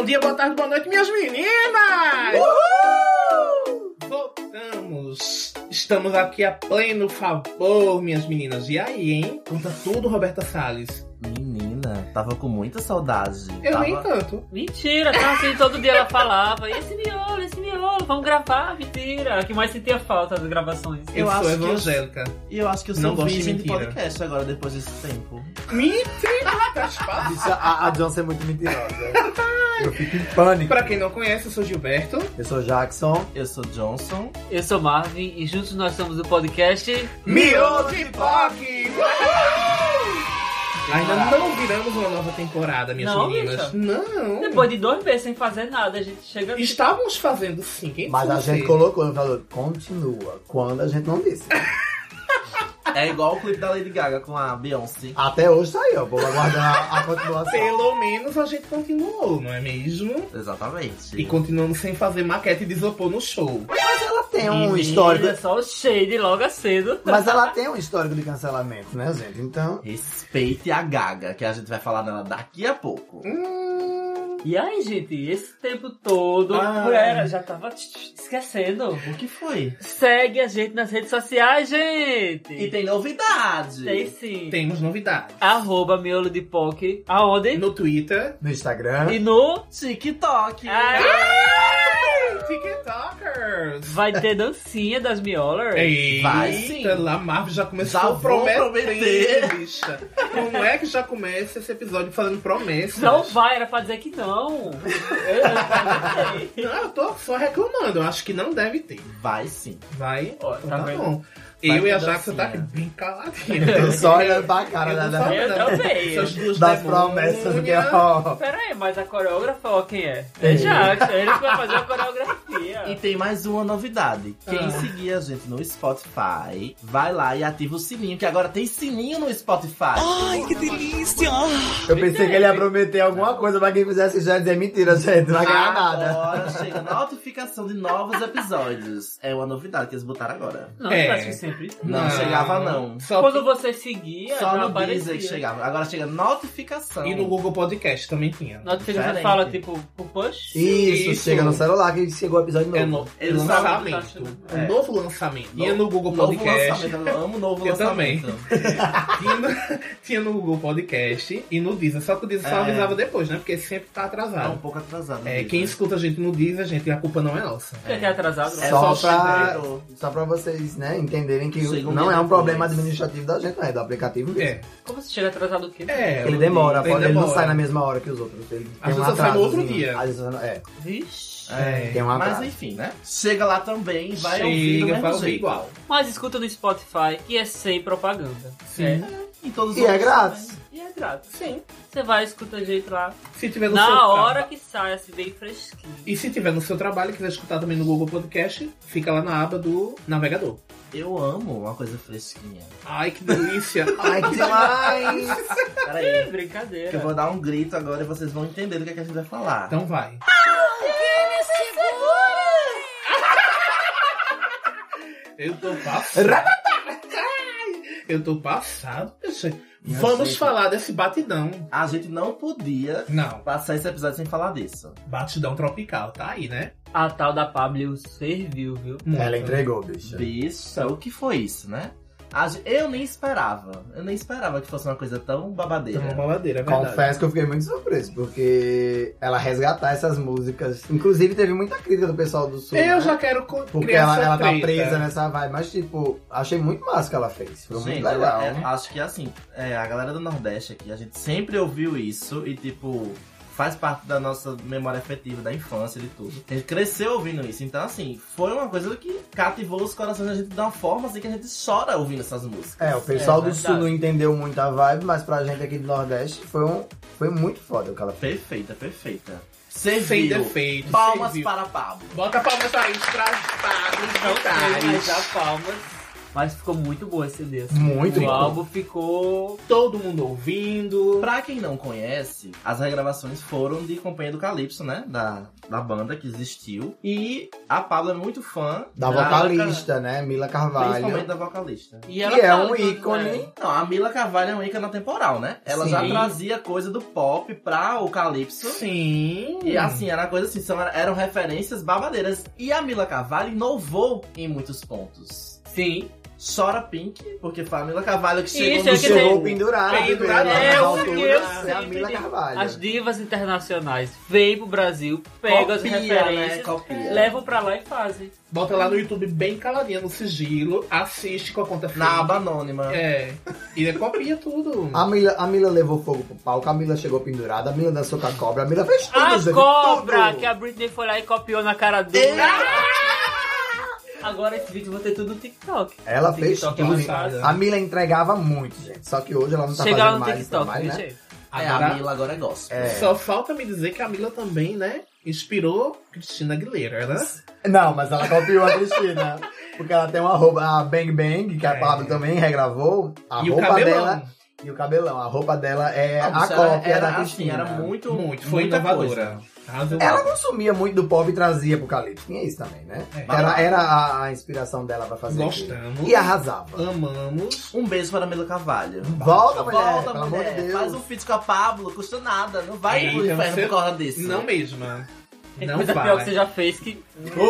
dia, boa tarde, boa noite, minhas meninas! Uhul! Voltamos. Estamos aqui a pleno favor, minhas meninas. E aí, hein? Conta tudo, Roberta Salles. Menina, tava com muita saudade. Eu nem tanto. Mentira, tá assim, todo dia ela falava, esse miolo, vamos gravar, mentira. Que mais sentia falta das gravações. Eu sou evangélica. E eu acho que eu Não sou gosto de virgem de mentira. podcast agora, depois desse tempo. Mentira! A Johnson é muito mentirosa. Eu fico em pânico. Pra quem não conhece, eu sou Gilberto. Eu sou Jackson. Eu sou Johnson. Eu sou Marvin e juntos nós somos o podcast Miolo de POC! Ainda não viramos uma nova temporada, minhas Não, meninas. bicha. Não. Depois de 2 meses sem fazer nada, a gente chega... Estávamos fazendo sim, quem Mas a disse gente você? colocou, falou, continua. Quando a gente não disse. É igual o clipe da Lady Gaga com a Beyoncé. Até hoje tá aí, ó. Vou aguardar a continuação. Pelo menos a gente continuou, não é mesmo? Exatamente. E continuamos sem fazer maquete de isopor no show. Mas ela tem um Menina, histórico. só o shade logo cedo. Mas ela tem um histórico de cancelamento, né, gente? Então. Respeite a Gaga, que a gente vai falar dela daqui a pouco. E aí, gente, esse tempo todo, galera, já tava esquecendo. O que foi? Segue a gente nas redes sociais, gente! E tem novidade. Tem sim. Temos novidades. @miolo de POC. Aonde? No Twitter. No Instagram. E no... TikTok. Ai, TikTokers! vai ter dancinha das Miolers. Eita, Vai sim. lá Marvel já começou Já a vou prometer, prometer. bicha. Como é que já começa esse episódio fazendo promessas? Não vai, era pra dizer que não. Eu prometi. Não, eu tô só reclamando. Eu acho que não deve ter. Vai sim. Vai? Ó, Então tá tá vendo? bom. Vai Eu e a ter Jackson tá dancinha. aqui bem caladinha. Eu só olhando pra cara Eu tô da, falando, Eu também. essas duas das demônias. promessas que ó. Pera aí, mas a coreógrafa, ó, quem é? É Jackson, ele que vai fazer a coreografia. E tem mais uma novidade. Quem Ah. seguir a gente no Spotify, vai lá e ativa o sininho, que agora tem sininho no Spotify. Eu pensei que ele ia prometer alguma coisa pra quem fizesse já dizer mentira, gente. Não vai ganhar nada. Agora chega notificação de novos episódios. É uma novidade que eles botaram agora. Não, É. eu acho que sempre. Não chegava, não. Só Quando que- você seguia, Só não no aparecia. Deezer que chegava. Agora chega notificação. E no Google Podcast também tinha. Notificação Diferente. fala, tipo, por push. Isso, chega no celular que chegou o episódio É novo. no Eles lançamento. sabem. Um novo lançamento. Tinha no Google Novo Podcast. lançamento. Eu amo o novo Eu lançamento. Tinha no Google Podcast e no Deezer. Só que o Deezer só É. avisava depois, né? Porque sempre tá Tá um atrasado. pouco atrasado. É, Deezer. quem escuta a gente no Deezer, gente, a culpa não é nossa. Você que é atrasado, É não? Só pra vocês, né, entenderem que Chega um não dia é um depois. problema administrativo da gente, não é do aplicativo mesmo. É. Como você chega atrasado o quê? É. Ele demora, ele ele não demora. sai na mesma hora que os outros. Ele Às tem um vezes sai no outro atrasozinho. dia. Às vezes é. Vixe. É, Tem um mas atraso. enfim, né? Chega lá também, vai ouvir do Chega, mesmo vai ouvir jeito. igual. Mas escuta no Spotify, que é sem propaganda. Sim. É. E todos os E é outros grátis. também. E é grátis. Sim. Você vai escutar a gente lá. Se tiver no seu Na hora trabalho. que sai, assim, bem fresquinho. E se tiver no seu trabalho e quiser escutar também no Google Podcast, fica lá na aba do navegador. Eu amo uma coisa fresquinha. Ai, que delícia. Ai, que demais! Peraí, Brincadeira. que eu vou dar um grito agora e vocês vão entender do que a gente vai falar. Então vai. Eu tô passado. Eu tô passado. Minha Vamos gente. falar desse batidão. A gente não podia Não, passar esse episódio sem falar disso. batidão tropical, tá aí, né? A tal da Pablo serviu, viu? Muito. Ela entregou, bicha. Bicha, o que foi isso, né? Eu nem esperava. Eu nem esperava que fosse uma coisa tão babadeira. Então, uma babadeira, é verdade. Confesso que eu fiquei muito surpreso, porque ela resgatar essas músicas. Inclusive, teve muita crítica do pessoal do Sul. Eu né? já quero Porque criar essa ela tá treta. presa nessa vibe. Mas, tipo, achei muito massa o que ela fez. Foi Gente, muito legal. acho que assim, a galera do Nordeste aqui, a gente sempre ouviu isso e tipo, faz parte da nossa memória afetiva, da infância, de tudo. A gente cresceu ouvindo isso, então assim, foi uma coisa que cativou os corações da gente de uma forma assim que a gente chora ouvindo essas músicas. O pessoal É do verdade. Sul não entendeu muito a vibe, mas pra gente aqui do Nordeste foi muito foda o que ela fez. Perfeita, perfeita. Sem Serviu. defeito. Palmas serviu. para Pablo. Bota palmas aí pra Pablo Não sei, Vitales. mas dá palmas. Mas ficou muito boa esse CD. Assim. Muito O bom. álbum ficou... Todo mundo ouvindo. Pra quem não conhece, as regravações foram de Companhia do Calypso, né? Da banda que existiu. E a Pabllo é muito fã Da vocalista, né? Mila Carvalho. Principalmente da vocalista. E Que ela é fala um tudo, ícone. né? Não, a Mila Carvalho é um ícone atemporal, né? Ela Sim. já trazia coisa do pop pra o Calypso. Sim. E assim, era coisa assim, eram referências babadeiras. E a Mila Carvalho inovou em muitos pontos. Sim. Chora Pink, porque foi a Mila Carvalho que chegou Isso, no é que show. Chegou pendurada. Pendurada. primeiro, É nas o que alturas, eu é a sempre Mila digo. Carvalho. As divas internacionais vêm pro Brasil, pegam as Copia, referências, né? Copia. levam pra lá e fazem. Bota lá no YouTube bem caladinha no sigilo, assiste com a conta fake. Na aba anônima. É. E copia tudo. A Mila levou fogo pro palco, a Mila chegou pendurada, a Mila dançou com a cobra, a Mila fez tudo, A gente, cobra tudo. que a Britney foi lá e copiou na cara dele. Agora esse vídeo vai ter tudo no TikTok. Ela fez TikTok é tudo. avançado. A Mila entregava muito, gente. Só que hoje ela não tá Chega lá fazendo no mais, TikTok, mais, deixa né? aí. A Agora, Mila agora é gospel. É. só falta me dizer que a Mila também, né, inspirou Christina Aguilera, né? Não, mas ela copiou a Cristina. Porque ela tem uma roupa, a Bang Bang, que a Pablo também regravou. A E o roupa cabelão. dela. E o cabelão. A roupa dela é Ah, a isso cópia era da assim, Cristina. era muito, Foi muita inovadora. coisa. Arrasou. Ela consumia muito do pop e trazia pro Calypso. Tinha isso também, né? É. Era a inspiração dela pra fazer aquilo. Gostamos. E arrasava. Amamos. Um beijo para a Mila Carvalho. Volta, mulher, Volta, pelo mulher. amor de Deus. Faz um feat com a Pablo, custa nada. Não vai pro Eita, inferno você- por causa disso. Não mesma. Tem Não coisa pior vai. que você já fez que...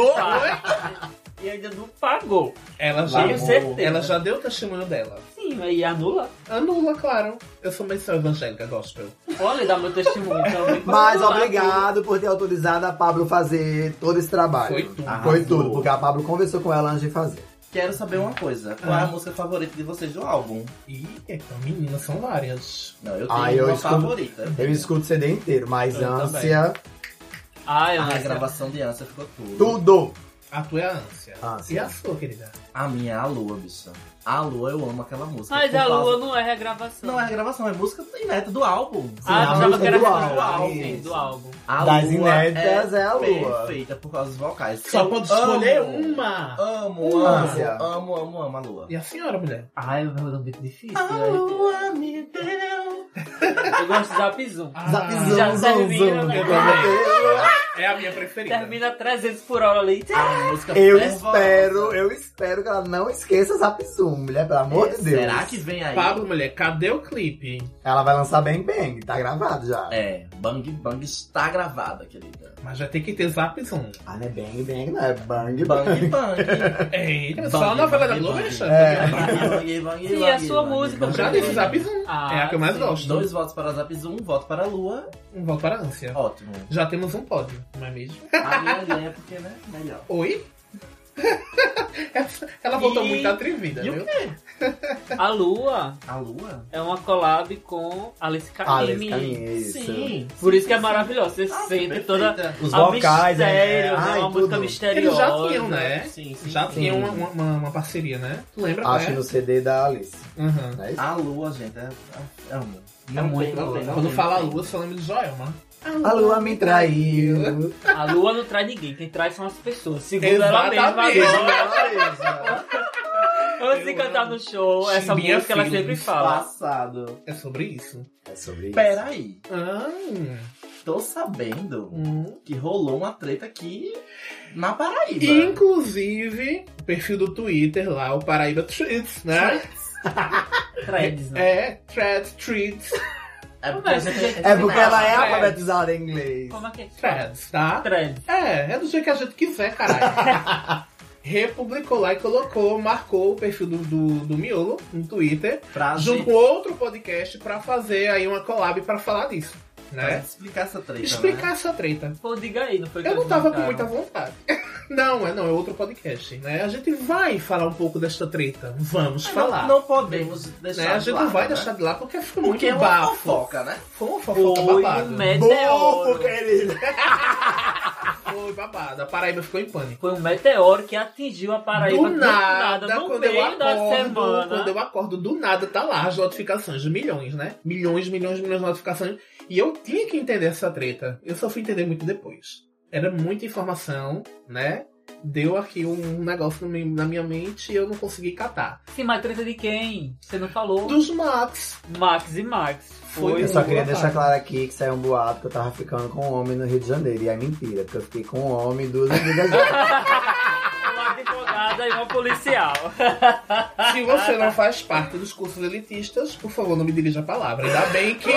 E ainda não pagou. Ela já, Tenho certeza. ela já deu o testemunho dela. Sim, aí anula. Anula, claro. Eu sou menção evangélica gospel. Olha, dá meu testemunho também. Mas obrigado por ter autorizado a Pablo fazer todo esse trabalho. Foi tudo. Arrasou. Foi tudo, porque a Pablo conversou com ela antes de fazer. Quero saber uma coisa. Qual é a música favorita de vocês do álbum? E então, meninas, são várias. Não, eu tenho Ah, eu uma escuto- favorita. Eu escuto o CD inteiro, mas Eu ânsia, Ah, eu A não sei. gravação de Ânsia ficou tudo. tudo. A tua é a ânsia. Ânsia. E a sua, querida? A minha é a Lua, bicha. A Lua, eu amo aquela música. Mas Por a causa- Lua não é regravação. Não é regravação, é música inédita do álbum. Ah, a eu achava música que era do regravação álbum, sim, isso. do álbum. A Das Lua inéditas é a Lua. perfeita por causa dos vocais. Só Eu pode escolher amo, uma. Amo, Ânsia. amo a Lua. E a senhora, mulher? Ai, é muito difícil. A Lua me deu. Eu gosto de Zap Zoom. Zapzão, já zão, termina, zão, né? É a minha preferida. Termina 300 por hora ali. A música Eu fervorosa. espero que ela não esqueça Zap Zoom, mulher, pelo amor de Deus. Será que vem aí? Pablo, mulher, cadê o clipe? Ela vai lançar Bang Bang, tá gravado já. É, Bang Bang está gravada, querida. Mas vai ter que ter Zap Zoom. Ah, não é Bang Bang, não é Bang Bang Bang. Bang. Eita, só a novela da Globo, Alexandre. E a sua música? Já disse Zap Zoom. Ah, É a que eu mais sim. gosto. 2 votos para Zap Zoom, 1 voto para a Lua. Um voto para a ânsia. Ótimo. Já temos um pódio, não é mesmo? A minha ganha porque, né, melhor. Oi? Ela voltou E- muito atrevida, E o viu? quê? A Lua A Lua? é uma collab com Alice Alice Caymmi. Caymmi, isso. Sim. Por isso que é maravilhoso. Você Ah, sente perfeita. toda Os a vocais, mistério, né? né? Ai, Uma música tudo. misteriosa. Eles já tinham, né? Sim, sim. Já sim. tinham uma parceria, né? Tu lembra? qual Acho é? no CD da Alice. Uhum. Não é isso? A Lua, gente, amo. É muito boa. Quando fala a lua, só lembro de Joelma. A lua me traiu. A Lua não trai ninguém. Quem traz são as pessoas. Segundo ela Exatamente. mesma. Antes de cantar no show, essa Minha música ela filha, sempre fala. Passado. É sobre isso. É sobre isso. Peraí. Ah, Tô sabendo que rolou uma treta aqui na Paraíba. Inclusive, o perfil do Twitter lá, o Paraíba Treats, né? Threads, né? É, Treats. É porque a gente É porque ela é Threads. alfabetizada em inglês. Como é que é? Threads, tá? Threads. É do jeito que a gente quiser, caralho. Republicou lá e colocou, marcou o perfil do Miolo no Twitter, pra junto gente, com outro podcast pra fazer aí uma collab pra falar disso, pra né? gente explicar essa treta, Explicar né? essa treta. Pô, diga aí, não foi que Eu não eles tava com marcaram? muita vontade. Não, é outro podcast, né? A gente vai falar um pouco desta treta. Vamos falar. Não podemos deixar Né? A gente de lado, não vai né? deixar de lá porque ficou Porque é muito uma bafo. fofoca, né? Foi uma fofoca Foi babada. um meteoro. Bofo, querido. Foi babada. A Paraíba ficou em pânico. Foi um meteoro que atingiu a Paraíba Do nada, no quando eu meio da acordo, semana. quando eu acordo, do nada tá lá as notificações de milhões, né? Milhões de notificações. E eu tinha que entender essa treta. Eu só fui entender muito depois. Era muita informação, né? deu aqui um negócio na minha mente e eu não consegui catar. Sim, mas treta de quem? Você não falou. Dos Max. Max e Max. Foi Eu só queria boa deixar tarde. claro aqui que saiu um boato que eu tava ficando com um homem no Rio de Janeiro. E é mentira, porque eu fiquei com um homem e 2 amigas dele. Uma advogada e uma policial. Se você não faz parte dos cursos elitistas, por favor, não me dirija a palavra. Ainda bem que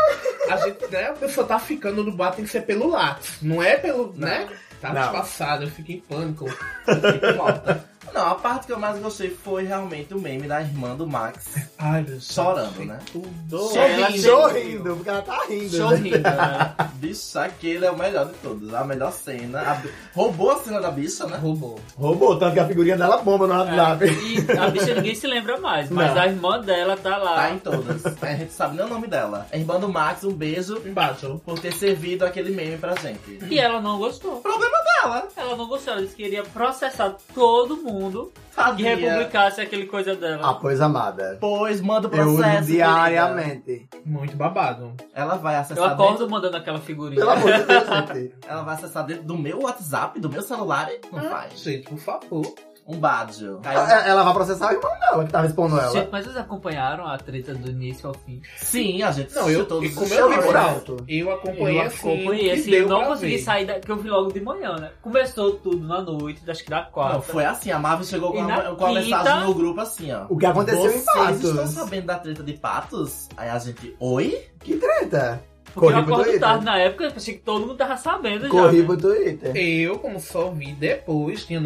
a gente, né, a pessoa tá ficando no bar, tem que ser pelo lápis. Não é pelo, né? Tá Não. passado, eu fico em pânico. Eu fico morta. Não, a parte que eu mais gostei foi realmente o meme da irmã do Max. Ai, meu Deus. Chorando, né? Tudo. Ela Sorrindo, porque ela tá rindo. né? Sorrindo, né? Bicho, aquele é o melhor de todos. A melhor cena. Roubou a cena da bicha, né? Roubou. Roubou, tanto que a figurinha dela bomba no WhatsApp. E a bicha ninguém se lembra mais, mas Não. a irmã dela tá lá. Tá em todas. A gente sabe nem o nome dela. A irmã do Max, um beijo Embaixo. por ter servido aquele meme pra gente. E ela não gostou. Problema dela. Ela não gostou, ela disse que queria processar todo mundo que Tadinha. republicasse aquele coisa dela. Ah, pois amada. Pois, manda o Eu uso processo. querida. diariamente. Muito babado. Ela vai Eu acessar acordo dentro, mandando aquela figurinha. Pelo amor de Deus, gente. ela vai acessar dentro do meu WhatsApp, do meu celular e não faz. Gente, por favor. Um badge. Ela vai processar o irmão dela, que tava expondo ela. Gente, mas vocês acompanharam a treta do início ao fim? Sim, a gente Não, assistiu eu, todos como os eu vi stories. por stories. alto, eu acompanhei Eu assim, acompanhei, o que assim, deu eu não pra consegui ver. sair porque eu vi logo de manhã, né? Começou tudo na noite, acho que da quarta. Não, foi assim, a Marvel chegou E na com a quinta- mensagem no grupo assim, ó. O que aconteceu em Vocês estão Patos? sabendo da treta de Patos? Aí a gente, oi? Que treta? Porque eu Corri pro acordo Twitter. tarde na época, achei que todo mundo tava sabendo Corri já. pro Twitter. Eu, como só vi depois, tinha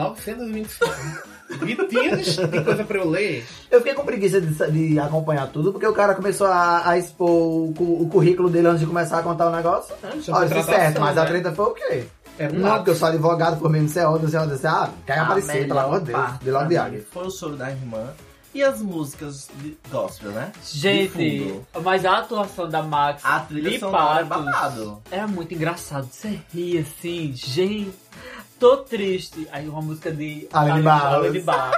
925. E tinha de coisa pra eu ler. Eu fiquei com preguiça de acompanhar tudo, porque o cara começou a expor o currículo dele antes de começar a contar o negócio. Já Olha, foi isso é certo, tratação, mas a né? treta foi o quê? Era um Não, lápis. porque eu sou advogado por mim, não sei onde, quer A aparecer, pelo melhor amor de Deus. parte De logo pra de mim águia. Foi o choro da irmã e as músicas de gospel, né? De Gente, fundo. mas a atuação da Max A trilha de sonora é Patos babado. era muito engraçado. Você ria assim, gente, tô triste. Aí uma música de Aline Barros. Aline Barros.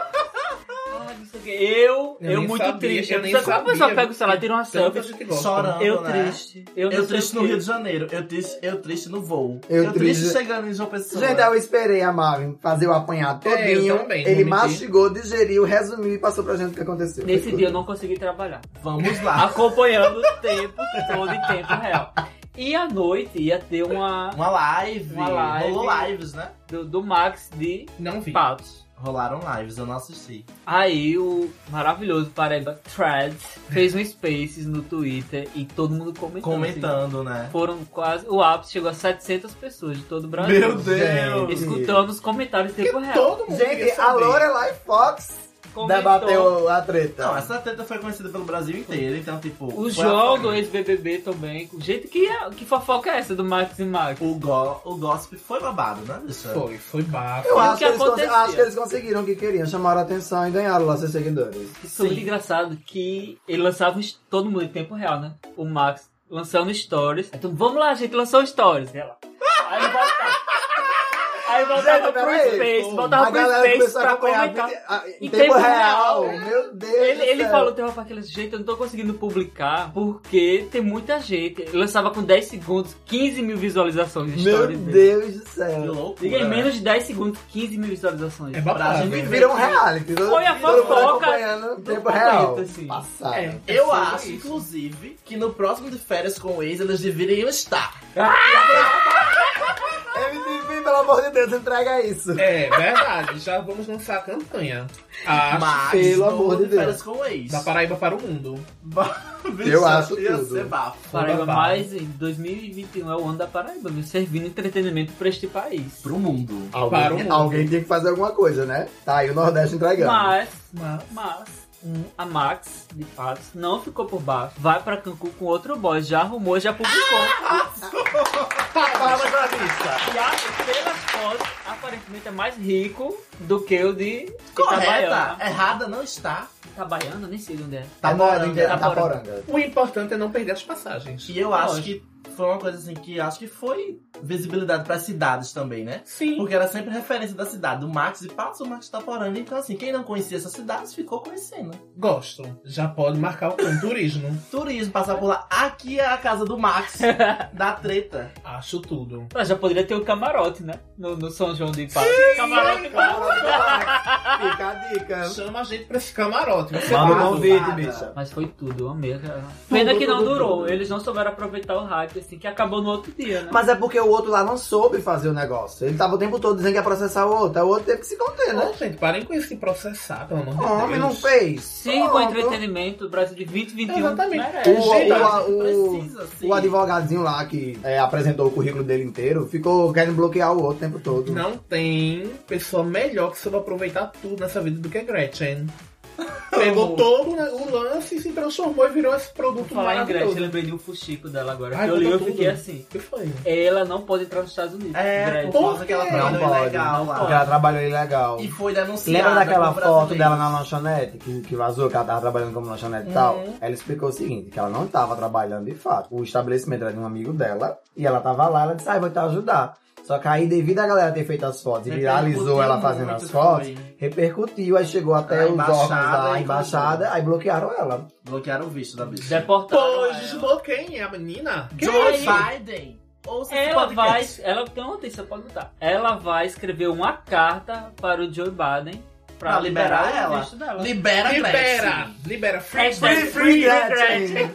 Ai, não sei o quê. Eu nem muito sabia, triste. eu Eu nem não sei como a pessoa sabia pega o celular, tira uma Tanta selfie. gente gosta. Chorando, Eu né? triste. Eu não Eu sei triste o no quê. Rio de Janeiro, eu triste no voo. Eu Eu triste triste- chegando em João Pessoa. Gente, eu esperei a Marvin fazer o apanhado É, eu todinho. também, Ele não menti. mastigou, digeriu, resumiu e passou pra gente o que aconteceu. Nesse Foi dia eu tudo. não consegui trabalhar. Vamos lá. Acompanhando o tempo todo em tempo real. E à noite ia ter uma Uma live. Uma live. Rolou lives, né? do Max de Não vi. Patos. Rolaram lives, eu não assisti. Aí o maravilhoso Paraíba Threads fez um Spaces no Twitter e todo mundo comentando. assim. Comentando, né? Foram quase. O ápice chegou a 700 pessoas de todo o Brasil. Meu Deus! Gente. Escutando os comentários em tempo real. Todo mundo queria Gente, a saber. Lorelai Fox Comentou. debateu a treta. Não, essa treta foi conhecida pelo Brasil inteiro, então, tipo... O foi João a- do ex-BBB também. O jeito que fofoca é essa do Max e Max? O gossip foi babado, né, bicho? Foi bafo. Eu E o acho que que, eles acontecia? acho que eles conseguiram o que queriam, chamaram a atenção e ganharam lá seus seguidores. Isso foi muito engraçado que ele lançava todo mundo em tempo real, né? O Max lançando stories. Aí todo mundo, vamos lá, gente, lançou stories. E ela. Aí voltava. Aí voltava Gente, pro peraí, Space, voltava A pro galera Space começou a pra acompanhar comentar. em Em tempo tempo real. real. Meu Deus Ele do falou, céu. teve uma aquele jeito, eu não tô conseguindo publicar porque tem muita gente. Ele lançava com 10 segundos, 15 mil visualizações de Meu stories dele. Deus do Que céu. loucura. Diga, em né? menos de 10 segundos, 15 mil visualizações. É Pra babado. gente Virou um reality. Foi a todo mundo fofoca acompanhando em do tempo momento, real. assim. Passado. É. Eu Foi acho, isso. inclusive, que no próximo de férias com o ex, eles deveriam estar. MTV, pelo amor de Deus, entrega isso. É verdade, já vamos lançar a campanha. Acho Mas, pelo no amor de Deus. férias com o ex. da Paraíba para o mundo. Bicho, Eu acho ia tudo. ser bafo. Paraíba, babado. mas em 2021 é o ano da Paraíba, me servindo entretenimento pra este país. Pro mundo. Para o mundo. Alguém tinha que fazer alguma coisa, né? Tá aí o Nordeste entregando. Mas a Max de Patos não ficou por baixo. Vai pra Cancún com outro boy, já arrumou, já publicou. Palmas pra vista. E pelas fotos, aparentemente é mais rico do que o de Correta. Itabaiana. Errada não está. Itabaiana, nem sei onde é. Taporanga. Taporanga. O importante é não perder as passagens. E eu acho Lógico. que foi uma coisa assim que acho que foi visibilidade pras cidades também, né? Sim. Porque era sempre referência da cidade. Do Max de Patos, o Max de Taporanga. Então, assim, quem não conhecia essas cidades ficou conhecendo. Gosto. Já pode marcar o turismo. Turismo, passar por lá. Aqui é a casa do Max, da treta. Acho tudo. Mas já poderia ter o camarote, né? No São João de Páscoa. Camarote Fica a dica. Chama a gente pra esse camarote. Você Manda um vai. convite, bicha. Mas foi tudo, eu amei. Pena que não durou. Eles não souberam aproveitar o hype, assim, que acabou no outro dia, né? Mas é porque o outro lá não soube fazer o negócio. Ele tava o tempo todo dizendo que ia processar o outro. Aí o outro teve que se conter, né? Não, gente, parem com isso de processar, pelo amor de O Deus. homem não fez. Sim, com Pronto. entretenimento, o Brasil de 2021 Exatamente. merece. Precisa, sim. O advogadinho lá que apresentou o currículo dele inteiro ficou querendo bloquear o outro o tempo todo. Não tem pessoa melhor que soube aproveitar tudo nessa vida do que Gretchen. Pegou todo o lance e se transformou e virou esse produto Por falar em Gretchen, eu maravilhoso. lembrei de um fuxico dela agora. Ai, Que eu li e eu conta fiquei tudo. assim. O que foi? Ela não pode entrar nos Estados Unidos. É, Gretchen. por causa que ela Por quê? Não trabalhou pode. ilegal lá. Porque ela trabalhou ilegal. E foi denunciada. Lembra daquela por foto brasileiros. dela na lanchonete, que vazou, que ela tava trabalhando como lanchonete e tal? Ela explicou o seguinte, que ela não tava trabalhando de fato. O estabelecimento era de um amigo dela, e ela tava lá, ela disse, vou te ajudar. Só que aí, devido a galera ter feito as fotos e viralizou ela fazendo muito, as fotos, foi. repercutiu, aí chegou até A os órgãos embaixada da e embaixada, aí bloquearam ela. Bloquearam o visto da bicha. Deportaram Pois ela. desbloqueiem a menina. Joe isso? Biden. Ouça esse Ela podcast. vai, ela tem uma notícia, pode botar. Ela vai escrever uma carta para o Joe Biden Pra liberar o ela. visto dela. Libera, Libera. Free Hashtag Free. Gretchen.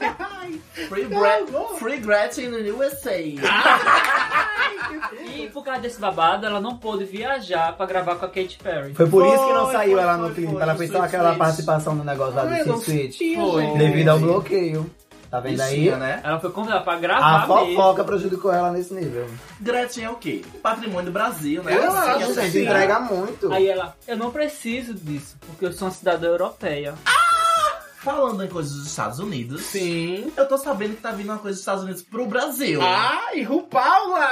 Free Gretchen no USA. E por causa desse babado, ela não pôde viajar pra gravar com a Katy Perry. Foi por isso que não Foi, saiu foi, ela foi, no clipe, foi, ela no fez só Sweet aquela Switch. participação no negócio lá Ai, do não Sweet Switch. Foi. Gente. Devido ao bloqueio. Tá vendo aí? Bichinha, né? Ela foi convidada pra A gravar fofoca prejudicou ela nesse nível. Gretchen é o quê? Patrimônio do Brasil, né? Eu Assim, acho, ela Gente, sim. entrega muito. Aí ela, eu não preciso disso, porque eu sou uma cidadã europeia. Falando em coisas dos Estados Unidos, Sim. eu tô sabendo que tá vindo uma coisa dos Estados Unidos pro Brasil. Ai, RuPaula!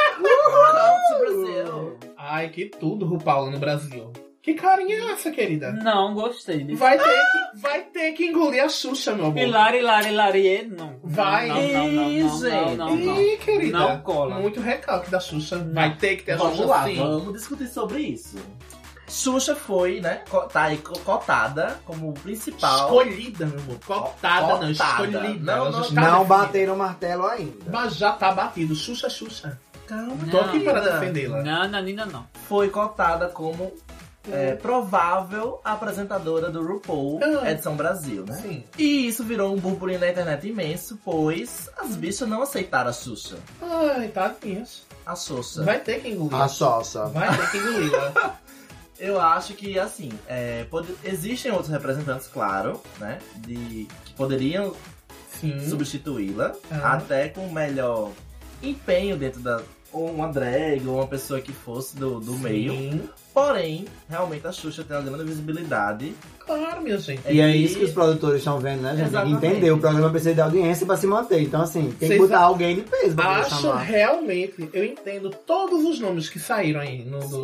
Come to Brasil. Ai, que tudo, RuPaula no Brasil. Que carinha é essa, querida? Não gostei disso. Vai ter que engolir a Xuxa, meu amor. Hilari, não. Vai. Não. Ih, querida. Não cola. Muito recalque da Xuxa. Vai ter que ter a Vamos Xuxa lá, sim. vamos discutir sobre isso. Xuxa foi, né, tá aí cotada como principal. Escolhida, meu amor. Cotada, não. Cotada. Escolhida. Não, Ela não, já está Não definida. bateram o martelo ainda. Mas já tá batido. Xuxa. Calma, Tô aqui para querida. defendê-la. Não, Nanina não. Foi cotada como provável apresentadora do RuPaul Edição Brasil, né? Sim. E isso virou um burburinho na internet imenso, pois as bichas não aceitaram a Xuxa. Ai, tadinhas. A Xuxa. Vai ter que engolir. A Sossa. Vai ter que engolir. Eu acho que, assim, existem outros representantes, claro, né? Que poderiam Sim. substituí-la, Ah. até com melhor empenho dentro da... Ou uma drag, ou uma pessoa que fosse do meio. Sim. Porém, realmente a Xuxa tem uma grande visibilidade. Claro, minha gente. E é isso que os produtores estão vendo, né, gente? Tem que Exatamente. entender, o programa precisa de audiência pra se manter. Então, assim, tem que Vocês botar a- alguém de peso pra poder Acho chamar. realmente, eu entendo todos os nomes que saíram aí.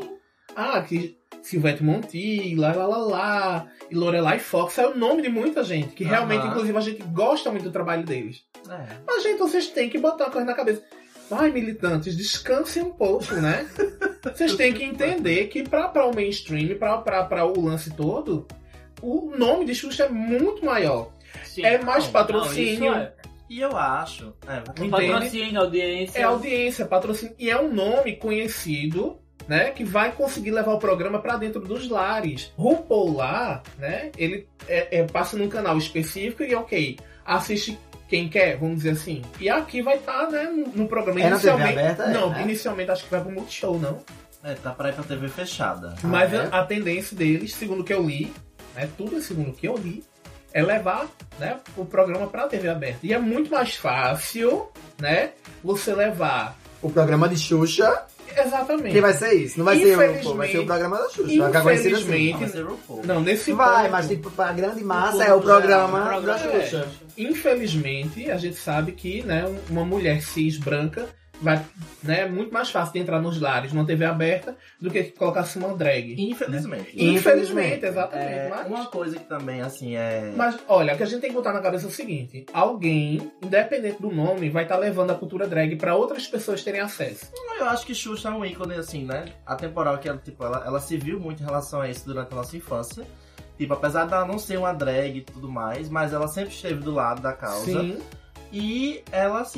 Que Silvete Montilla, e Lorelai Fox é o nome de muita gente, que realmente, Aham. inclusive, a gente gosta muito do trabalho deles. É. Mas, gente, vocês têm que botar uma coisa na cabeça. Ai, militantes, descansem um pouco, né? Vocês têm que entender que para o mainstream, para o lance todo, o nome de Xuxa é muito maior. Sim. É mais Não, patrocínio. isso é. E eu acho... Entende? Patrocínio, audiência. É audiência, patrocínio. E é um nome conhecido, né? Que vai conseguir levar o programa pra dentro dos lares. RuPaul lá, né? Ele passa num canal específico e, ok, assiste quem quer, vamos dizer assim. E aqui vai estar, né? No programa. É na TV aberta? Não, né? inicialmente acho que vai pro Multishow, não. Tá pra ir pra TV fechada. Mas é? a tendência deles, segundo o que eu li, né? Tudo segundo o que eu li, é levar, né, o programa pra TV aberta. E é muito mais fácil, né? Você levar. O programa de Xuxa, Exatamente. que vai ser isso. Não vai ser o Infelizmente- RuPaul, vai ser o programa da Xuxa. Vai ficar conhecido assim. Infelizmente- Vai ser RuPaul. Não, nesse Vai, ponto, mas tipo, pra grande massa O é o programa programa da é. Xuxa. Infelizmente, a gente sabe que, né, uma mulher cis branca vai, né, é muito mais fácil de entrar nos lares numa TV aberta do que colocar-se uma drag. Infelizmente. Infelizmente, exatamente. Uma coisa que também, assim, Mas, olha, o que a gente tem que botar na cabeça é o seguinte: alguém, independente do nome, vai estar levando a cultura drag pra outras pessoas terem acesso. Eu acho que Xuxa é um ícone, assim, né? Atemporal, que ela se viu muito em relação a isso durante a nossa infância. Tipo, apesar dela não ser uma drag e tudo mais, mas ela sempre esteve do lado da causa. Sim. E ela, assim,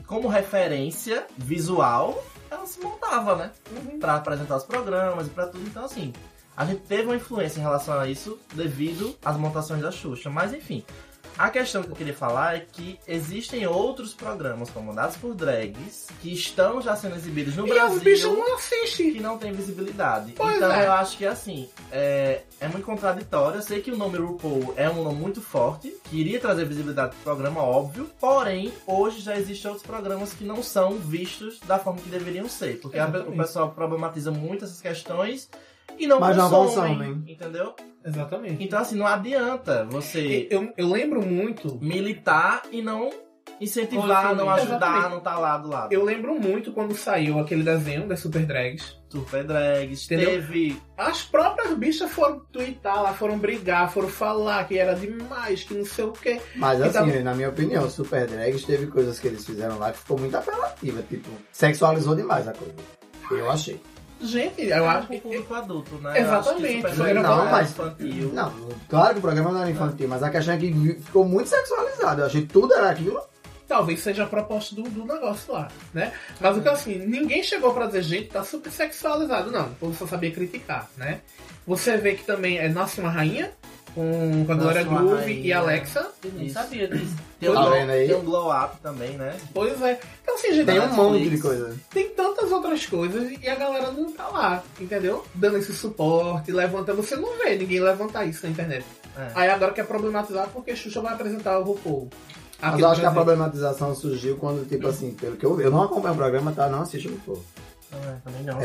como referência visual, ela se montava, né? Pra apresentar os programas e pra tudo. Então, assim, a gente teve uma influência em relação a isso devido às montações da Xuxa. Mas, enfim, a questão que eu queria falar é que existem outros programas comandados por drags que estão já sendo exibidos no Brasil. E os bichos não assistem. Que não tem visibilidade. Pois então é. eu acho que assim, é muito contraditório. Eu sei que o nome RuPaul é um nome muito forte, que iria trazer visibilidade pro programa, óbvio. Porém, hoje já existem outros programas que não são vistos da forma que deveriam ser. Porque o pessoal problematiza muito essas questões e não Mas não consomem, consomem. entendeu? Exatamente. Então assim, não adianta você Eu lembro muito... militar e não incentivar, não ajudar, Exatamente. não estar lá do lado. Eu lembro muito quando saiu aquele desenho das Super Drags. Super Drags, Entendeu? teve... As próprias bichas foram twittar lá, foram brigar, foram falar que era demais, que não sei o quê. Mas assim, Então- na minha opinião, Super Drags teve coisas que eles fizeram lá que ficou muito apelativa. Tipo, sexualizou demais a coisa. Eu achei. Gente, eu acho pro que... público adulto, né? Exatamente. Eu acho que Super Era Drags não, era mas- infantil. Não, claro que o programa não era infantil, mas a questão é que ficou muito sexualizado. Eu achei que tudo era aquilo. Talvez seja a proposta do negócio lá, né? Mas o que assim, ninguém chegou pra dizer, gente, tá super sexualizado. Não, o povo só sabia criticar, né? Você vê que também é Nasce uma Rainha, com a Glória Nasce uma Groove Rainha. e Alexa. Eu nem sabia disso. Tem, Tá vendo aí? tem um glow up também, né? Pois é. Então assim, gente, Tem um monte Netflix. de coisa. tem tantas outras coisas e a galera não tá lá, entendeu? Dando esse suporte, levantando. Você não vê ninguém levantar isso na internet. É. Aí agora quer problematizar porque Xuxa vai apresentar o RuPaul. Mas eu acho que a problematização surgiu quando, tipo assim, pelo que eu não acompanho o programa, tá? Não assisto o povo. Também não.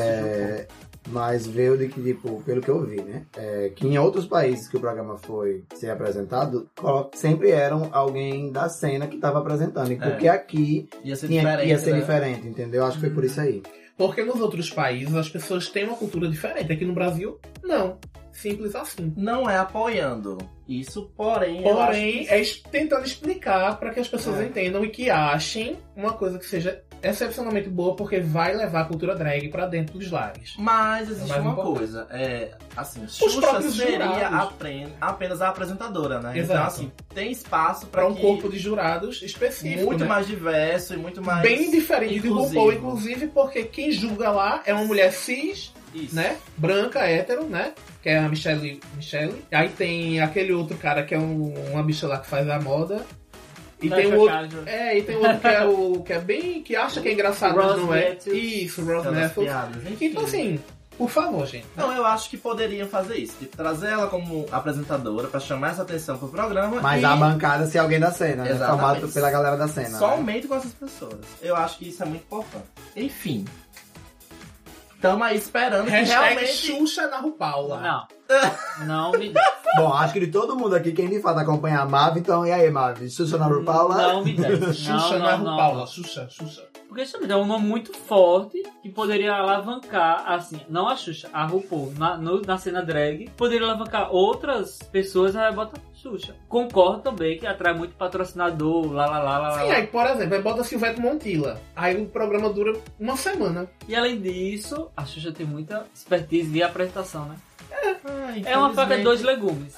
Mas veio de que, tipo, pelo que eu vi, né? Que em outros países que o programa foi ser apresentado, sempre eram alguém da cena que tava apresentando. E porque aqui Ia ser ia diferente, ser né? diferente, entendeu? Acho que foi por isso aí. Porque nos outros países as pessoas têm uma cultura diferente. Aqui no Brasil, não. Simples assim. Não é apoiando isso, porém... eu Porém, acho que- tentando explicar para que as pessoas É. entendam e que achem uma coisa que seja excepcionalmente boa, porque vai levar a cultura drag pra dentro dos lares. Mas existe mais uma importante. coisa, assim, Xuxa próprios seria jurados. apenas a apresentadora, né? Exato. Então, assim, tem espaço Para para um corpo de jurados específico, muito né? mais diverso e muito mais... Bem diferente do inclusivo. RuPaul, inclusive, porque quem julga lá é uma mulher cis, Isso. né? Branca, hétero, né? Que é a Michelle. Aí tem aquele outro cara que é uma bicha lá que faz a moda. E tem o outro. E tem outro que é o que é bem. Que acha que é engraçado, mas Ross não é. Matthews. Isso, Ross Aquelas Matthews. piadas, enfim. Então assim, por favor, gente. Não, eu acho que poderiam fazer isso. Tipo, trazer ela como apresentadora pra chamar essa atenção pro programa. Mas e a bancada ser alguém da cena, né? Exatamente. Formado pela galera da cena. Né? somente com essas pessoas. Eu acho que isso é muito importante. Enfim. Tamo aí esperando que Hashtag realmente... Xuxa na RuPaula. Não. Não me dá. Bom, acho que de todo mundo aqui, quem de fato acompanha a Mav, então, e aí, Mav? Xuxa na RuPaula? Não me dá. Xuxa na RuPaula. Xuxa. Porque isso é um nome muito forte que poderia alavancar, assim, não a Xuxa, a RuPaul, na cena drag, poderia alavancar outras pessoas a botar Xuxa. Concordo também que atrai muito patrocinador, lá. Sim, aí, por exemplo, aí bota Silvete Montilla. Aí o programa dura uma semana. E além disso, a Xuxa tem muita expertise de apresentação, né? Ah, É uma faca de dois infelizmente- legumes.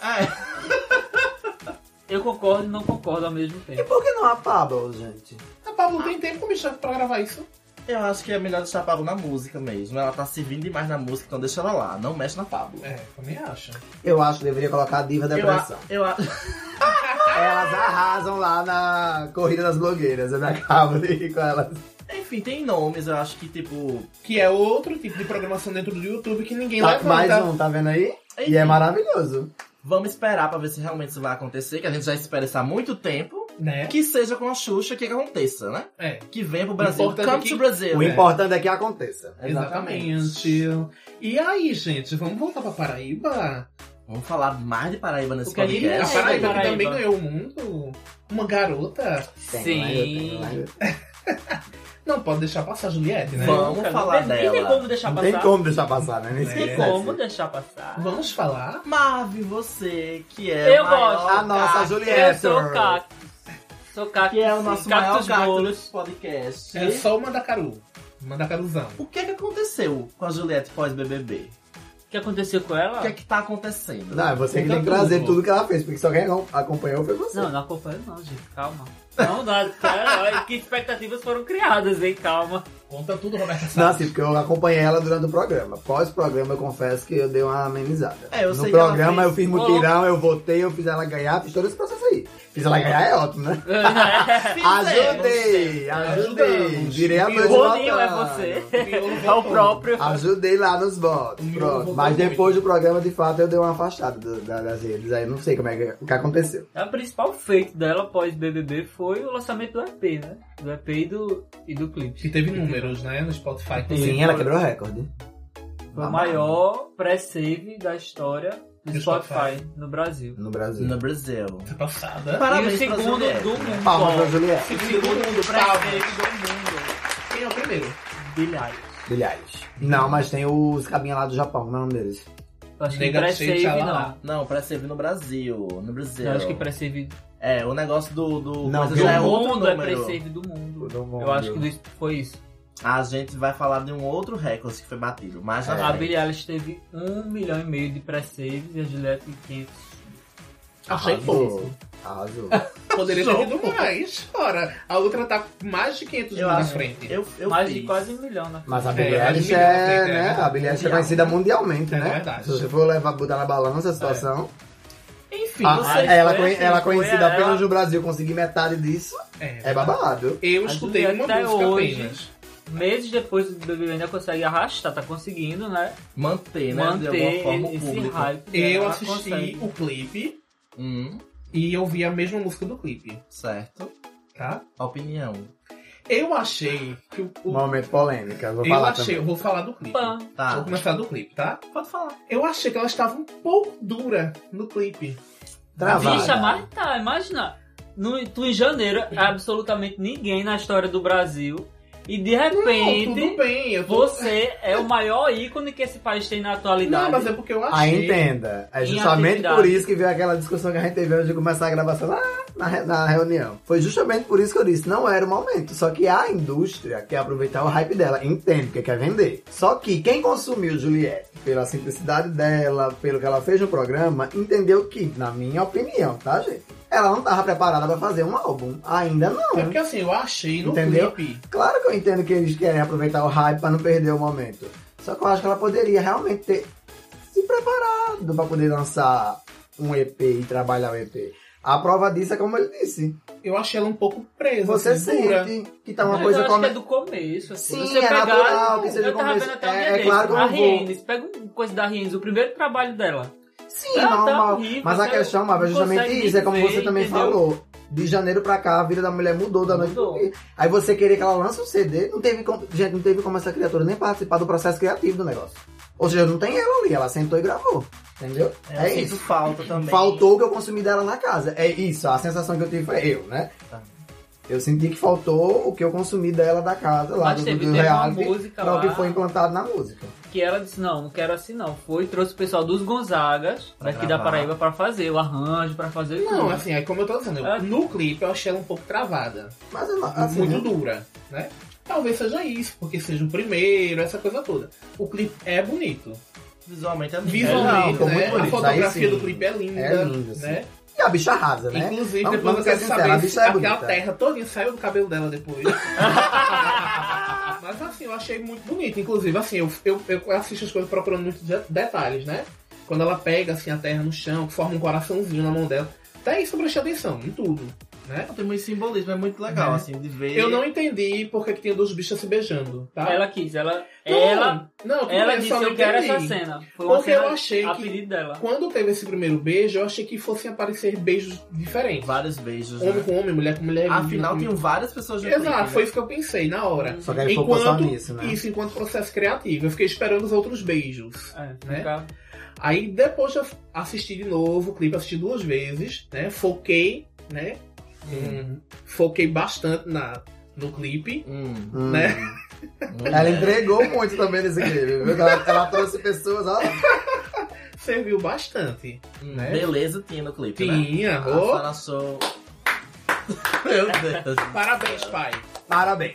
É. Eu concordo e não concordo ao mesmo E tempo. por que não a Pablo, gente? A Pablo tem tempo, bicho, pra gravar isso. Eu acho que é melhor deixar a Pablo na música mesmo. Ela tá servindo demais na música, então deixa ela lá. Não mexe na Pablo. É, também acho. Eu acho que deveria colocar a Diva Depressão. Eu acho. Elas arrasam lá na Corrida das Blogueiras. Eu me acabo de ir com elas. Enfim, tem nomes, eu acho que tipo. Que é outro tipo de programação dentro do YouTube que ninguém Tá, levanta. mais um, tá vendo aí? E é maravilhoso. Vamos esperar pra ver se realmente isso vai acontecer, que a gente já espera isso há muito tempo. Né? Que seja com a Xuxa que aconteça, né? É, Que venha pro Brasil. Importante Come que- to Brasil. O importante é que aconteça. exatamente. E aí, gente, vamos voltar pra Paraíba? Vamos falar mais de Paraíba nesse Porque ali A podcast. é Paraíba que Paraíba. também ganhou o mundo. Uma garota. Sim. Não pode deixar passar a Juliette, né? Vamos Nunca, falar não tem dela. como deixar Não passar. tem como deixar passar, né? Nem É. Tem se como deixar passar. Vamos falar? Marv, você, que é Eu o maior gosto. A nossa cactus, Juliette. Eu sou cactus. Sou cactus. que é o nosso maior cactus cactus bolos. desse podcast. É só o Mandacaru. Mandacaruzão. O que aconteceu com a Juliette pós-BBB? que aconteceu com ela? O que é que tá acontecendo? Não, é você que Conta tem que trazer tudo. tudo que ela fez, porque só quem acompanhou foi você. Não acompanho não, gente. Calma. Não dá. Cara, que expectativas foram criadas, hein? Calma. Conta tudo, Roberta Não, Salles. assim, porque eu acompanhei ela durante o programa. Pós-programa, eu confesso que eu dei uma amenizada. É, eu no sei que ela programa, fez- eu fiz mutirão, eu votei, eu fiz ela ganhar, fiz todo esse processo aí. Fiz ela ganhar é ótimo, né? Ajudei! Ajudamos. Virei a O noite Boninho é votando. você. Miolo É o votou. próprio. Ajudei lá nos votos. O Miolo Pronto. votou Mas muito. depois do programa, de fato, eu dei uma afastada das redes. Aí eu não sei como é que, o que aconteceu. A principal feito dela após BBB foi o lançamento do EP, né? Do EP e do clipe. Que teve números, né, no Spotify. Sim, ela quebrou o recorde. Foi o maior pré-save da história do Do Spotify Spotify. no Brasil. No Brasil. No Brasil. Tá passada. E o Parabéns pra segundo Juliette. do mundo. Palmas pra ó. Juliette. O segundo pré-save do mundo. Quem é o primeiro? Billie Eilish. Bilhares. Não, mas tem os cabinhos lá do Japão, como é o nome deles? Eu acho que Nega pré-save Shade, não. Xalala. Não, pré-save no Brasil. No Brasil. Eu acho que pré-save É, o negócio do Não, coisa do já é do outro mundo é número. pré-save do mundo. Do mundo. Eu acho que foi isso. A gente vai falar de um outro recorde que foi batido. Mais na A frente. Billie Eilish teve 1,5 milhão de pré-saves e a Juliette 500. Achei pouco. Arrasou. Poderia ter tido mais. Ora, a outra tá com mais de 500 mil Eu na acho. frente. Eu Mais fiz. de quase 1 milhão, né? Mas a É, Billie mas Eilish mundial, é, né? né? A Billie Eilish é conhecida mundialmente, É né? verdade. Se você for botar na balança a situação. Enfim, você- Ela foi assim, ela foi conhecida ela- apenas no Brasil, conseguir metade disso é babado. Eu A escutei Juliette uma até música hoje, apenas. meses depois do BBB ainda consegue arrastar, tá conseguindo, né? Manter, né? de alguma Manter forma o esse público. hype. Eu Ela assisti consegue. o clipe Hum, e eu vi a mesma música do clipe, certo. tá? Opinião. Eu achei que o Momento polêmica, eu vou eu falar achei, também. eu vou falar do clipe. Pã. Tá. Vou começar do clipe, tá? Pode falar. Eu achei que ela estava um pouco dura no clipe. Travada. Bicha, mas tá, imagina. Tu em janeiro, absolutamente ninguém na história do Brasil. E de Não, tudo repente, bem, eu tô... você é o maior ícone que esse país tem na atualidade. Não, mas é porque eu Ah, achei... entenda. É Em justamente atividade. por isso que veio aquela discussão que a gente teve antes de começar a gravação lá na reunião. Foi justamente por isso que eu disse, não era o momento. Só que a indústria quer aproveitar o hype dela, entende, porque quer vender. Só que quem consumiu Juliette, pela simplicidade dela, pelo que ela fez no programa, entendeu que, na minha opinião, tá, gente? Ela não tava preparada pra fazer um álbum. Ainda não. É porque assim, eu achei no Entendeu? clipe... Claro que eu entendo que eles querem aproveitar o hype pra não perder o momento. Só que eu acho que ela poderia realmente ter se preparado pra poder lançar um EP e trabalhar o EP. A prova disso é como ele disse. Eu achei ela um pouco presa, Você assim, dura. sente que tá uma Mas coisa eu acho como... que é do começo. Assim. Sim, Você é pegar, natural que seja eu tava começo. vendo até um É- dia é desse. claro que eu A não vou. Rienes, pega uma coisa da Rienes, o primeiro trabalho dela. Sim, Tá normal. horrível, Mas a você questão, Marvel, é não justamente consegue isso. É como viver, você também entendeu? falou. De janeiro pra cá, a vida da mulher mudou da noite Mudou. pro dia. Aí você querer que ela lance um CD, não teve como, gente, não teve como essa criatura nem participar do processo criativo do negócio. Ou seja, não tem ela ali, ela sentou e gravou. Entendeu? Eu sinto isso. falta também. Faltou o que eu consumi dela na casa. É isso, a sensação que eu tive foi eu, né? Tá. Eu senti que faltou o que eu consumi dela da casa, lá Mas do teve uma reality, música para o que lá. foi implantado na música. Que ela disse, não quero assim não. Foi e trouxe o pessoal dos Gonzagas, Pra daqui da gravar. Paraíba, pra fazer o arranjo, pra fazer Não, tudo. assim, é como eu tô dizendo, É. no clipe eu achei ela um pouco travada. Mas eu não, assim, Muito dura, né? Talvez seja isso, porque seja o primeiro, essa coisa toda. O clipe é bonito. Visualmente é lindo. Visualmente, ficou né? muito A bonito. fotografia Aí sim. do clipe é linda, É lindo, assim. né? E a bicha arrasa, né? Inclusive, Vamos- depois vamos eu ser quero sinceros, saber a se bicha é aquela bonita. terra toda saiu do cabelo dela depois. Mas assim, eu achei muito bonito. Inclusive, assim, eu assisto as coisas procurando muitos detalhes, né? Quando ela pega assim a terra no chão, que forma um coraçãozinho na mão dela. Até isso eu prestei atenção, em tudo, né? Tem muito simbolismo, é muito legal, É. assim, de ver. Eu não entendi porque que tinha duas bichas se beijando, tá? Ela quis, ela Não, tudo ela bem, disse, só não eu quero entendi. essa cena. Foi uma Porque cena eu achei a que- pedido dela. Quando teve esse primeiro beijo, eu achei que fossem aparecer beijos diferentes. Vários beijos, Homem né? com homem, mulher com mulher. Afinal, menino tinham várias pessoas com... no clipe, Exato, né? foi isso que eu pensei na hora. Só que aí focou só nisso, né? Isso, enquanto processo criativo. Eu fiquei esperando os outros beijos. É, Né? fica... Aí depois eu assisti de novo o clipe, assisti 2 vezes, né? Foquei, né? Foquei bastante no clipe, né? Ela entregou muito também nesse clipe, viu? Ela trouxe pessoas, ó. Serviu bastante, né? Beleza tinha no clipe, né? Tinha, A oh, Sarah Show. Meu Deus. parabéns, pai. Parabéns.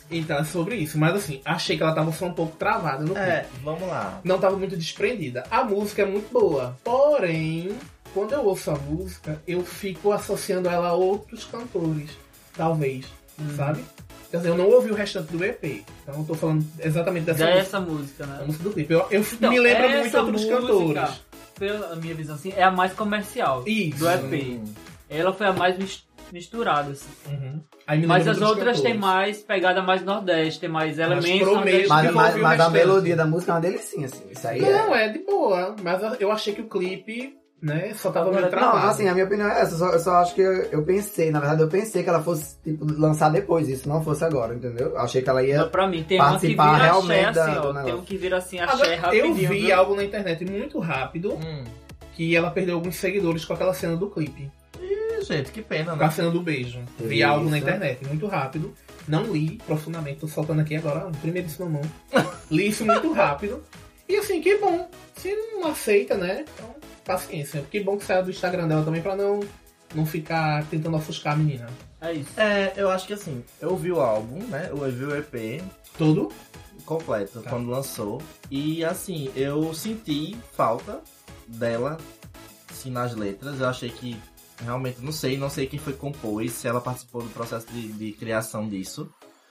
Então é sobre isso. Mas assim, achei que ela tava só um pouco travada no clipe. Vamos lá. Não tava muito desprendida. A música é muito boa. Porém, quando eu ouço a música, eu fico associando ela a outros cantores. Talvez. Sabe? Quer dizer, eu não ouvi o restante do EP. Então eu tô falando exatamente dessa música, né? A música do clipe. Eu me lembro muito outros cantores. Pela minha visão, assim, é a mais comercial do EP. Ela foi a mais misturada, assim. Mas as outras tem mais pegada mais nordeste, tem mais elementos nordestinos. Mas a melodia da música é uma delicinha, assim. Isso aí não, é de boa. Mas eu achei que o clipe, né, só tava meio travado. Não, assim, a minha opinião é essa. Eu só acho que eu pensei, na verdade, que ela fosse, tipo, lançar depois. Isso não fosse agora, entendeu? Eu achei que ela ia pra mim, tem participar uma que vira realmente axé, assim, ó. Tem um que vira assim, axé agora, rapidinho. eu vi viu? algo na internet muito rápido, que ela perdeu alguns seguidores com aquela cena do clipe. Gente, que pena, Com né? a cena do beijo. Vi algo na internet, muito rápido. Não li profundamente, tô soltando aqui agora, primeiríssima mão. Li isso muito rápido. E assim, que bom. Se não aceita, né? Então, paciência. Que bom que saiu do Instagram dela também pra não ficar tentando ofuscar a menina. É isso. Eu acho que assim, eu ouvi o álbum, né? Eu ouvi o EP Tudo? completo quando lançou. E assim, eu senti falta dela, assim, nas letras. Eu achei que realmente, não sei quem foi que compôs, se ela participou do processo de criação disso.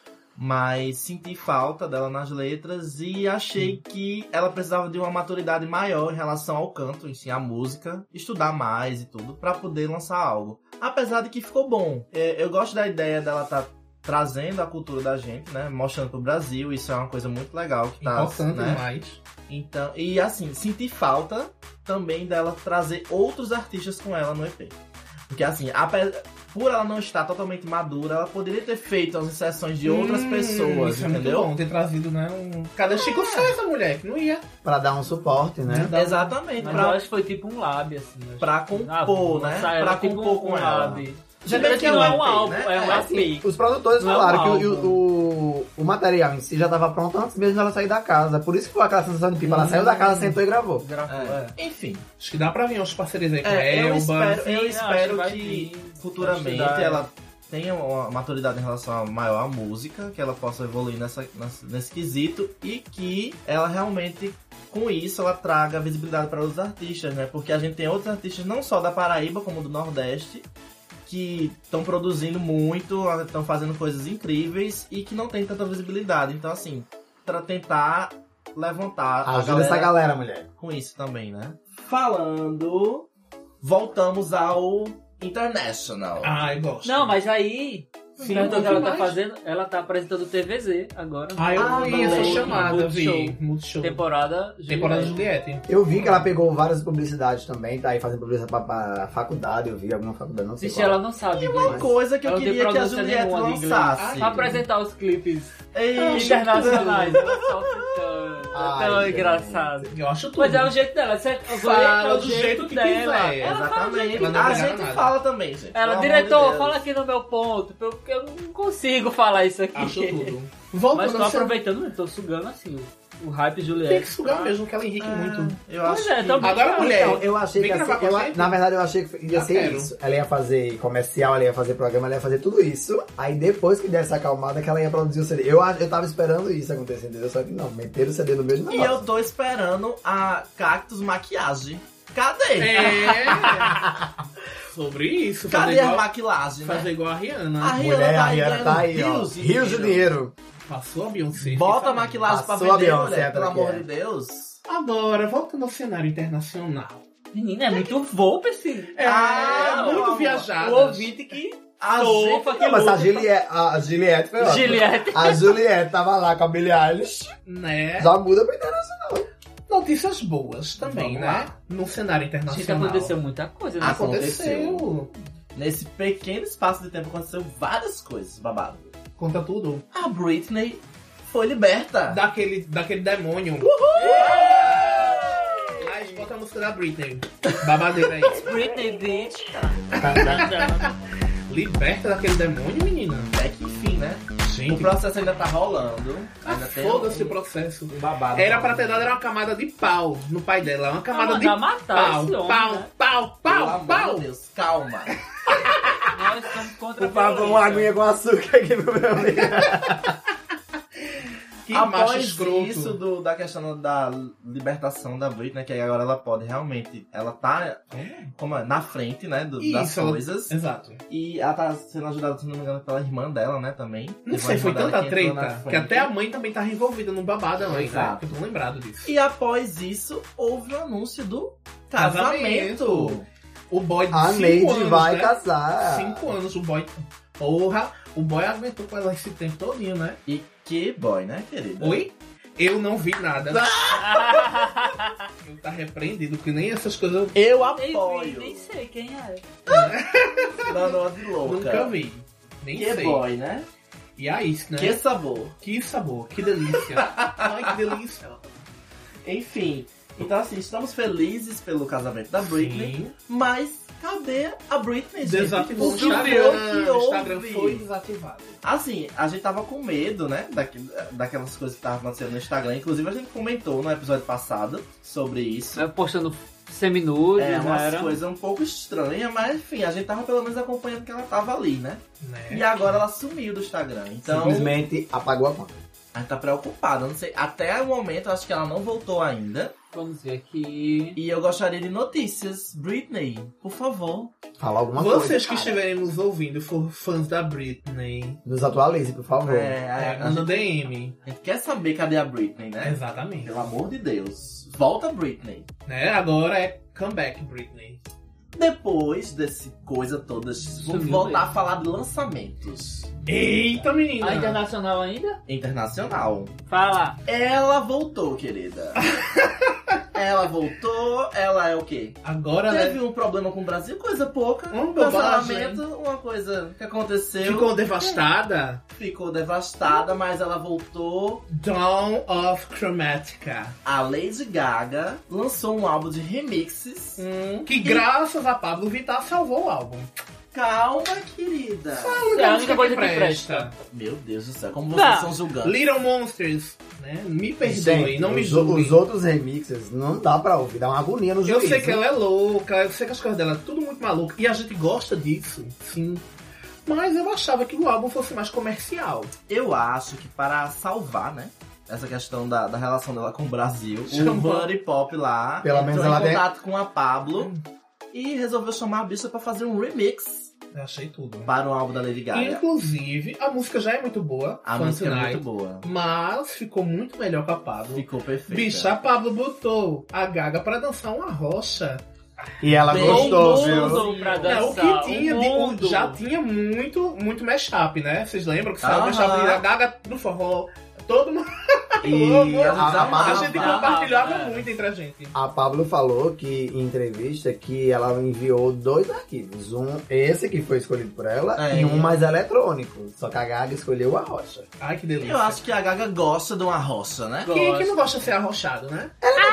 Mas senti falta dela nas letras e achei que ela precisava de uma maturidade maior em relação ao canto, em si, a música, estudar mais e tudo, pra poder lançar algo. Apesar de que ficou bom. Eu gosto da ideia dela tá trazendo a cultura da gente, né? Mostrando pro Brasil, isso é uma coisa muito legal que tá, Importante né? demais. Então, e assim, senti falta também dela trazer outros artistas com ela no EP. Porque assim, por ela não estar totalmente madura, ela poderia ter feito as inserções de outras pessoas, isso entendeu? É muito bom ter trazido, né? Cadê Chico César, mulher? Que não ia. Pra dar um suporte, né? Exatamente. Mas eu acho que foi tipo um lab, assim. Pra compor, né? Pra compor com ela. Lab. Já Primeiro que que não é um EP, álbum, né? é um EP. Os produtores Não é falaram um que o material em si já estava pronto antes mesmo dela sair da casa. Por isso que foi aquela sensação de pipa. Ela saiu da casa, sentou e gravou. Enfim. Acho que dá pra vir uns parcerias aí com Elba. Eu espero vai que vir. futuramente Vai ela tenha uma maturidade em relação maior à música, que ela possa evoluir nesse quesito e que ela realmente, com isso, ela traga visibilidade para outros artistas, né? Porque a gente tem outros artistas não só da Paraíba, como do Nordeste, que estão produzindo muito, estão fazendo coisas incríveis e que não tem tanta visibilidade. Então, assim, para tentar levantar Ajuda essa galera, mulher. com isso também, né? Voltamos ao International. Ai, gosto. Não, mas aí... Sim, Perto não que ela vi tá mais. fazendo, ela tá apresentando o TVZ agora. Eu vi essa Multishow. chamada, vi. Multishow. Temporada Juliette. Eu vi que ela pegou várias publicidades também, tá aí fazendo publicidade pra faculdade, eu vi alguma faculdade, não sei Vixe, qual. ela não sabe. Uma coisa que eu Ela não tem queria que a pronúncia Juliette nenhuma de inglês. lançasse. Pra apresentar os clipes Ei, internacionais. Ela só cantando. Ai, Tão gente. engraçado. Eu acho tudo. Mas é o jeito dela. Fala do jeito que quiser. Exatamente. Ela não A vai gente nada. fala também, gente. Ela, Pelo diretor, amor de Deus. fala aqui no meu ponto, porque eu não consigo falar isso aqui. Acho tudo. Mas Voltando tô a aproveitando, tô sugando assim o hype Juliette. Tem que sugar mesmo, que ela enrique muito. Eu Pois acho é, que... também. Agora, mulher. Então, eu achei Vem que gravar com a gente? na verdade eu achei que ia Já ser quero. isso. Ela ia fazer comercial, ela ia fazer programa, ela ia fazer tudo isso. Aí depois que desse acalmada que ela ia produzir o CD. Eu tava esperando isso acontecer, entendeu? Só que não, meteram o CD no mesmo E negócio. eu tô esperando a Cactus Maquiagem. Cadê? Sobre isso. Cadê fazer a igual, maquiagem, né? fazer igual a Rihanna. A Mulher, a aí Rihanna ganhando tá aí, ó. Rios de dinheiro. Passou a Beyoncé. Bota a fica- maquilagem pra Passou a vender, Beyoncé, mulher, pelo aquela que amor é. de Deus. Agora, voltando ao cenário internacional. Menina, é muito Volpe esse. Muito meu amor. viajada. O ouvinte que A sopa que Não, mas luta. a Juliette foi ótima. Juliette. A Juliette tava lá com a Billie Eilish. Né? Já muda pra internacional. Notícias boas também, Vamos né? lá. No cenário Gente, internacional. aconteceu muita coisa nessa Aconteceu. Nesse pequeno espaço de tempo aconteceu várias coisas, babado. Conta tudo. A Britney foi liberta. Daquele demônio. Mas bota a música da Britney. Babadeira aí. Britney Beach. Liberta daquele demônio, menina. É que enfim, né? O Gente, processo ainda tá rolando. Ainda tem foda-se o um processo. babado. Era pra ter dado uma camada de pau no pai dela. Uma camada de mandar matar pau, esse homem, pau, né? pau, Pelo pau, amor pau. de Deus, calma. Nós estamos contra a Por favor, uma violência. aguinha com açúcar aqui pro meu amigo. Que macho após escroto. isso da questão da libertação da Britney, que agora ela pode realmente, ela tá na frente, né, das Isso, coisas. Exato. E ela tá sendo ajudada, se não me engano, pela irmã dela, né, também. Não Teve sei, uma foi irmã dela tanta que entrou na treta que frente. até a mãe também tava envolvida no babado antes, né? Exato. Eu tô lembrado disso. E após isso, houve o anúncio do casamento. O boy de A 5 Neide anos, vai né? casar. 5 anos, o boy... Porra, o boy aguentou com ela esse tempo todinho, né? E que boy, né, querida? Oi? Eu não vi nada. Eu tá repreendido, que nem essas coisas eu Eu Nem vi, apoio. nem sei quem é. Dando de louca. nunca vi. Nem Que sei. boy, né? E é isso, né? Que sabor. Que sabor, que delícia. Ai, que delícia. Enfim, então assim, estamos felizes pelo casamento da Britney, Sim. mas cadê a Britney, gente? Desativou o O que foi Instagram. que O houve? Instagram foi desativado. Assim, a gente tava com medo, né, daquelas coisas que estavam acontecendo no Instagram. Inclusive, a gente comentou no episódio passado sobre isso. Postando seminudes, É, né? umas Era... coisas um pouco estranhas, mas enfim, a gente tava pelo menos acompanhando que ela tava ali, né? Né? E agora ela sumiu do Instagram. Então, Simplesmente apagou a conta. a gente tá preocupada. Não sei, até o momento, eu acho que ela não voltou ainda. Vamos ver aqui. E eu gostaria de notícias. Britney, por favor. Fala alguma coisa. Vocês que cara. estiverem nos ouvindo, for fãs da Britney, Nos atualize, por favor. A manda gente, DM. a gente quer saber cadê a Britney, né? Exatamente. Pelo amor de Deus. Volta, Britney. Né? Agora é comeback Britney. Depois desse coisa toda, vamos Sumiu voltar mesmo. a falar de lançamentos. Eita, menina! A internacional ainda? Internacional. Fala. Ela voltou, querida. Ela voltou, ela é o quê? Agora, Teve né? um problema com o Brasil, coisa pouca. Uma Cancelamento, uma coisa que aconteceu. Ficou devastada. Ficou devastada, mas ela voltou. Dawn of Chromatica. A Lady Gaga lançou um álbum de remixes. Que graças a Pablo Vittar salvou o álbum. Calma, querida. É a única coisa que presta. Meu Deus do céu, como vocês Não. estão julgando. Little Monsters, né? Me perdoem, Gente, não me os julguem. outros remixes não dá pra ouvir, dá uma agonia no Eu juízo. sei que ela é louca, eu sei que as coisas dela é tudo muito maluco. E a gente gosta disso, sim. Mas eu achava que o álbum fosse mais comercial. Eu acho que para salvar, né? Essa questão da relação dela com o Brasil, o Chamou. Buddy Pop lá Pelo menos entrou ela em contato com a Pablo e resolveu chamar a bicha pra fazer um remix Eu achei tudo. para o álbum da Lady Gaga. Inclusive, a música já é muito boa. A Fun música é Tonight, muito boa. Mas ficou muito melhor com a Pablo. Ficou perfeita. Bicha, a Pablo botou a Gaga pra dançar uma rocha. E ela Bem gostou, Todo viu? mundo pra Não, o dançar. que tinha o de, mundo. já tinha muito mashup, né? Vocês lembram que saiu Aham. mashup da Gaga no forró? Todo mundo. E A gente amava, compartilhava é. muito entre a gente. A Pablo falou que em entrevista que ela enviou 2 arquivos. Esse que foi escolhido por ela É. e um mais eletrônico. Só que a Gaga escolheu a rocha. Ai, que delícia. Eu acho que a Gaga gosta de uma rocha, né? que não gosta de ser arrochado, né?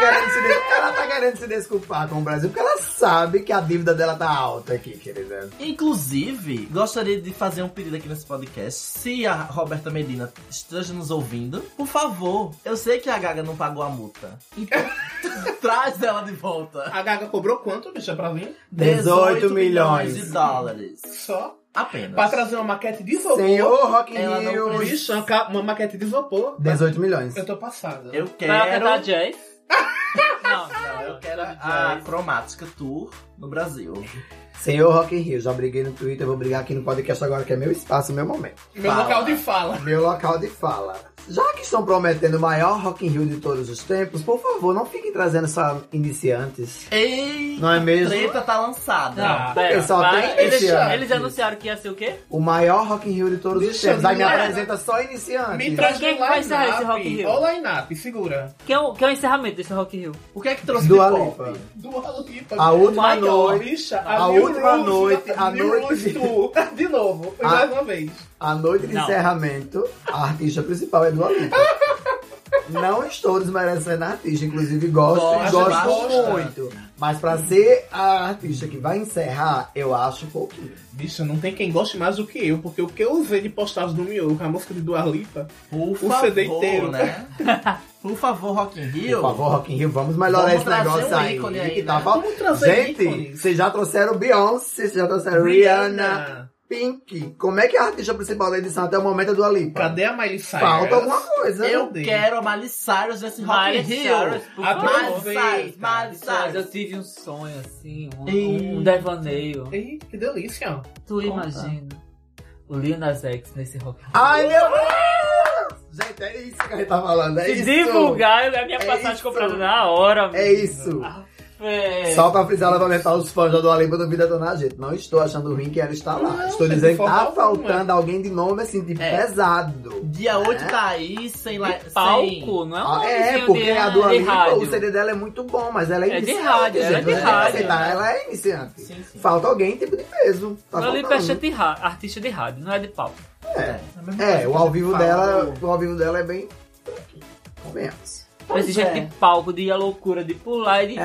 Ela tá querendo se desculpar com o Brasil porque ela sabe que a dívida dela tá alta aqui, querida. Inclusive, gostaria de fazer um pedido aqui nesse podcast. Se a Roberta Medina esteja nos ouvindo, por favor, eu sei que a Gaga não pagou a multa. Então, traz ela de volta. A Gaga cobrou quanto, bicha, pra vir? 18 milhões de dólares. Só Apenas. pra trazer uma maquete de isopor. Senhor Rock in Ela não Rio. precisa. Bicha, uma maquete de isopor. 18 milhões. Eu tô passada. Eu Pra quero... cantar jazz? Não. Não, eu quero a Cromática Tour no Brasil. Senhor Rock in Rio, já briguei no Twitter, vou brigar aqui no podcast agora, que é meu espaço, meu momento. Meu Fala. local de fala. Meu local de fala. Já que estão prometendo o maior Rock in Rio de todos os tempos, por favor, não fiquem trazendo só iniciantes. Ei, Não é mesmo? treta tá lançada. Não, Porque pera. só vai. tem Eles, iniciantes. eles anunciaram que ia ser o quê? O maior Rock in Rio de todos os Bicha, tempos. Aí me não é. apresenta só iniciantes. Me traz Quem um vai encerrar esse Rock in line-up. Rio? Ó o line-up, segura. Que é o encerramento desse Rock in Rio. O que é que trouxe Dua de pop? Lipa. Dua Lipa. A última Maior. noite. Bicha, A New última Rules, noite, a New noite Rules de- Tour. De novo, Ah. mais uma vez. A noite de Não. encerramento, a artista principal é Dua Lipa. Não estou desmerecendo a artista, inclusive gosto Gosta. muito. Mas pra ser a artista que vai encerrar, eu acho pouquinho. Bicha, não tem quem goste mais do que eu, porque o que eu usei de postagem do Miolo com a música de Dua Lipa, Por o favor, CD inteiro, né? Por favor, Rock in Rio. Por favor, Rock in Rio, vamos melhorar Vamos esse trazer negócio um aí. ícone aí, que tá né? faltando. Vamos trazer Gente, ícones. vocês já trouxeram Beyoncé, vocês já trouxeram Rihanna. Pink. Como é que a artista principal da edição até o momento é Dua Lipa? Cadê a Miley Cyrus? Falta alguma coisa. Eu Deus. quero a Miley Cyrus nesse Rock in Miley Rio. Cyrus, por favor. Aproveita. Miley Mas eu Cyrus. tive um sonho assim, Ih. um devaneio. Ei, que delícia. Tu imagina o Lil Nas X nesse rock. Ai, meu Deus! Gente, é isso que a gente tá falando. É Se isso. divulgar, a minha É passagem isso. comprada na hora. É menino. isso. É. Só pra frisar novamente os fãs da Dua Lipa do Vida Dona Gente. Não estou achando ruim que ela está lá. Não, Estou de dizendo que forma tá alguma. faltando alguém de nome assim, de pesado. Dia 8 tá aí, sem lá. De palco, não é um É, nomezinho porque de, a Dua de Lipa, rádio. o CD dela é muito bom, mas ela é É de iniciante. rádio, ela é gente. de Você tem que rádio, aceitar, né? ela é iniciante. Sim, sim. Falta alguém tipo de peso. Tá Dua Lipa é faltando. artista de rádio, não é de palco. É, o ao vivo dela é bem fraquinho. Convenhamos. Mas gente de palco, de loucura, de pular e de...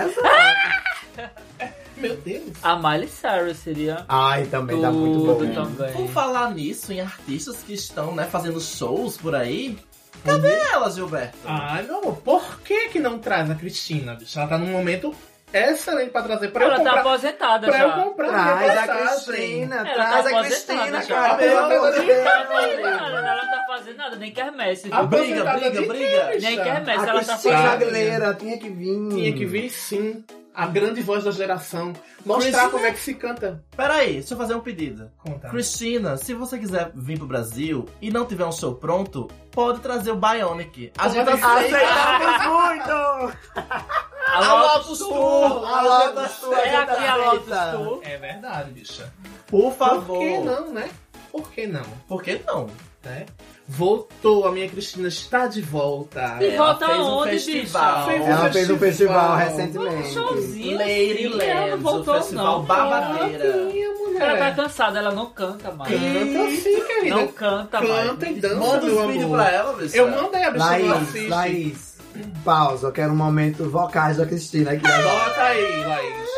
Meu Deus. A Miley Cyrus seria Ai, também tá muito bom. tudo também. Por falar nisso, em artistas que estão, né, fazendo shows por aí, cadê elas, Gilberto? Ai, meu amor, por que não traz a Cristina, bicho? Ela tá num momento excelente pra trazer pra eu Ela tá comprar. aposentada Pra eu já. comprar Traz minha a passagem. Cristina, Ela traz tá a aposentada Cristina, já. cara. Pelo amor de Ela Deus. não tá fazendo nada, ela não tá fazendo nada, nem quermesse. viu? Aposentada Briga, de briga. quê, bicha? Nem quermesse, A ela tá Cristina fazendo. Aguilera tinha que vir. Tinha que vir, sim. A grande voz da geração. Mostrar Cristina- como é que se canta. Peraí, deixa eu fazer um pedido. Conta. Cristina, se você quiser vir pro Brasil e não tiver um show pronto, pode trazer o Bionic. A gente aceita. Aceitamos muito! A Lotus Tour. A Lotus Tour, É a gente aqui a Lotus aceita. Tour. É verdade, bicha. Por Por favor. que não, né? Por que não? Por que não? Né? Voltou, a minha Cristina está de volta. E Ela volta fez um aonde, festival. bicha? Ela fez um festival Foi recentemente. um showzinho. Lady assim, ela não Lands, o voltou, festival não. Babadeira. Ela tá cansada, ela não canta mais. Canta sim, querida. Não canta mais. Canta e dança, Manda meu os vídeos amor. pra ela, bicho. Eu mandei a bicha não Laís, assiste. Laís, pausa. Eu quero um momento vocais da Cristina aqui agora. Bota aí, Laís.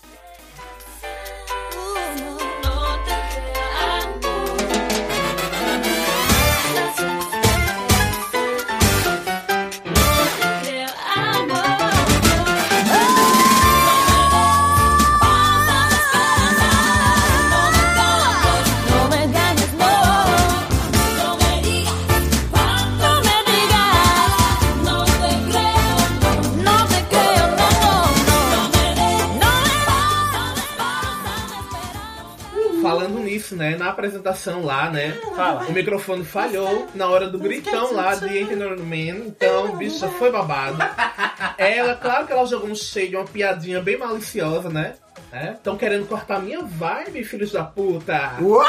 No me engañes, no me digas cuánto me digas, no te creo, no te creo, no me esperar. Falando nisso, né? Na apresentação lá, né? Fala. O microfone falhou na hora do gritão lá de Entertainment Man. Então, bicha, foi babado. Ela, claro que ela jogou um shade, uma piadinha bem maliciosa, né? Estão querendo cortar minha vibe, filhos da puta. Uau!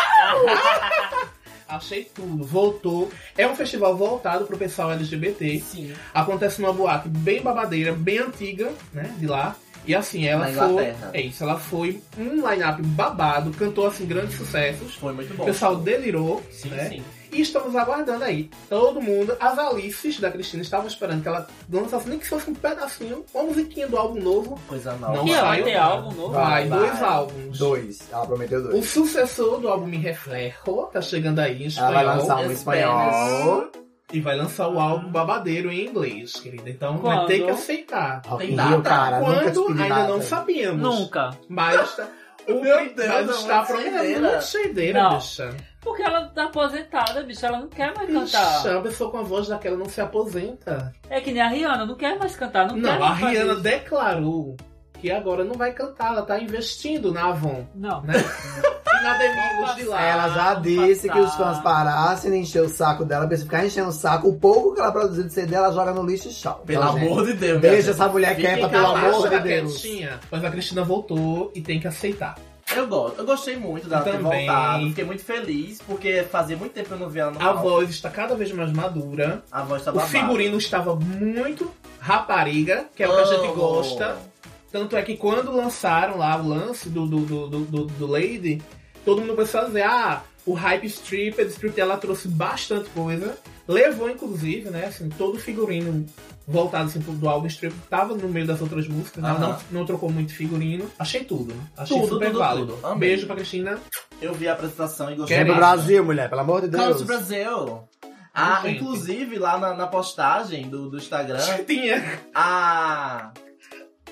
Achei tudo, voltou. É um festival voltado pro pessoal LGBT. Sim. Acontece numa boate bem babadeira, bem antiga, né? De lá. E assim, ela Na foi. Inglaterra. É isso, ela foi um line-up babado, cantou assim grandes sucessos. Foi muito bom. O pessoal delirou, Sim, né? sim. E estamos aguardando aí. Todo mundo, as Alices da Cristina estavam esperando que ela lançasse nem que fosse um pedacinho, uma musiquinha do álbum novo. Coisa nova. Não E ela saiu vai ter nada. álbum novo? Vai, Vai. 2 álbuns. 2. Ela prometeu O 2. sucessor do álbum Me Reflejo tá chegando aí em Ela vai lançar espanhol. um espanhol. E vai lançar o álbum babadeiro em inglês, querida. Então vai Quando? ter que aceitar. Rock Tem in Rio, data? cara. Nunca te Quando pedi ainda nada. não sabíamos. Nunca. Mas o Meu Deus, mas é está muito prometendo cheideira. muito cheideira, Não. bicha. Porque ela tá aposentada, bicho. Ela não quer mais cantar. Bicha, a pessoa com a voz daquela não se aposenta. É que nem a Rihanna, não quer mais cantar. Não, quer Não, a mais fazer Rihanna isso. declarou que agora não vai cantar, ela tá investindo na Avon, Não. né? E na Demigos de lá. Ela já disse que os fãs parassem de encher o saco dela, pra ficar enchendo o saco. O pouco que ela produziu de CD, ela joga no lixo e tchau. Pelo Então, gente, amor de Deus. Deixa minha gente. essa mulher Fiquem quieta, pelo calados. amor de Fica Deus. quietinha. Mas a Cristina voltou e tem que aceitar. Eu gosto. Eu gostei muito dela ter Também. voltado. Fiquei muito feliz, porque fazia muito tempo que eu não via ela no A palco. voz está cada vez mais madura. A voz tá O babada. figurino estava muito rapariga, que é o que a gente Amo. gosta. Tanto é que quando lançaram lá o lance do Lady, todo mundo começou a dizer, o Hype Strip, a Strip ela trouxe bastante coisa. Levou, inclusive, né, assim, todo o figurino voltado assim, do álbum Strip tava no meio das outras músicas. Ela Aham. não trocou muito figurino. Achei tudo. Achei Tudo, super tudo, válido. tudo. Amei. Beijo pra Cristina. Eu vi a apresentação e gostei. Vem pro Quero Brasil, mulher, pelo amor de Come Deus. to Brasil. Gente. Inclusive, lá na postagem do Instagram, Tinha. a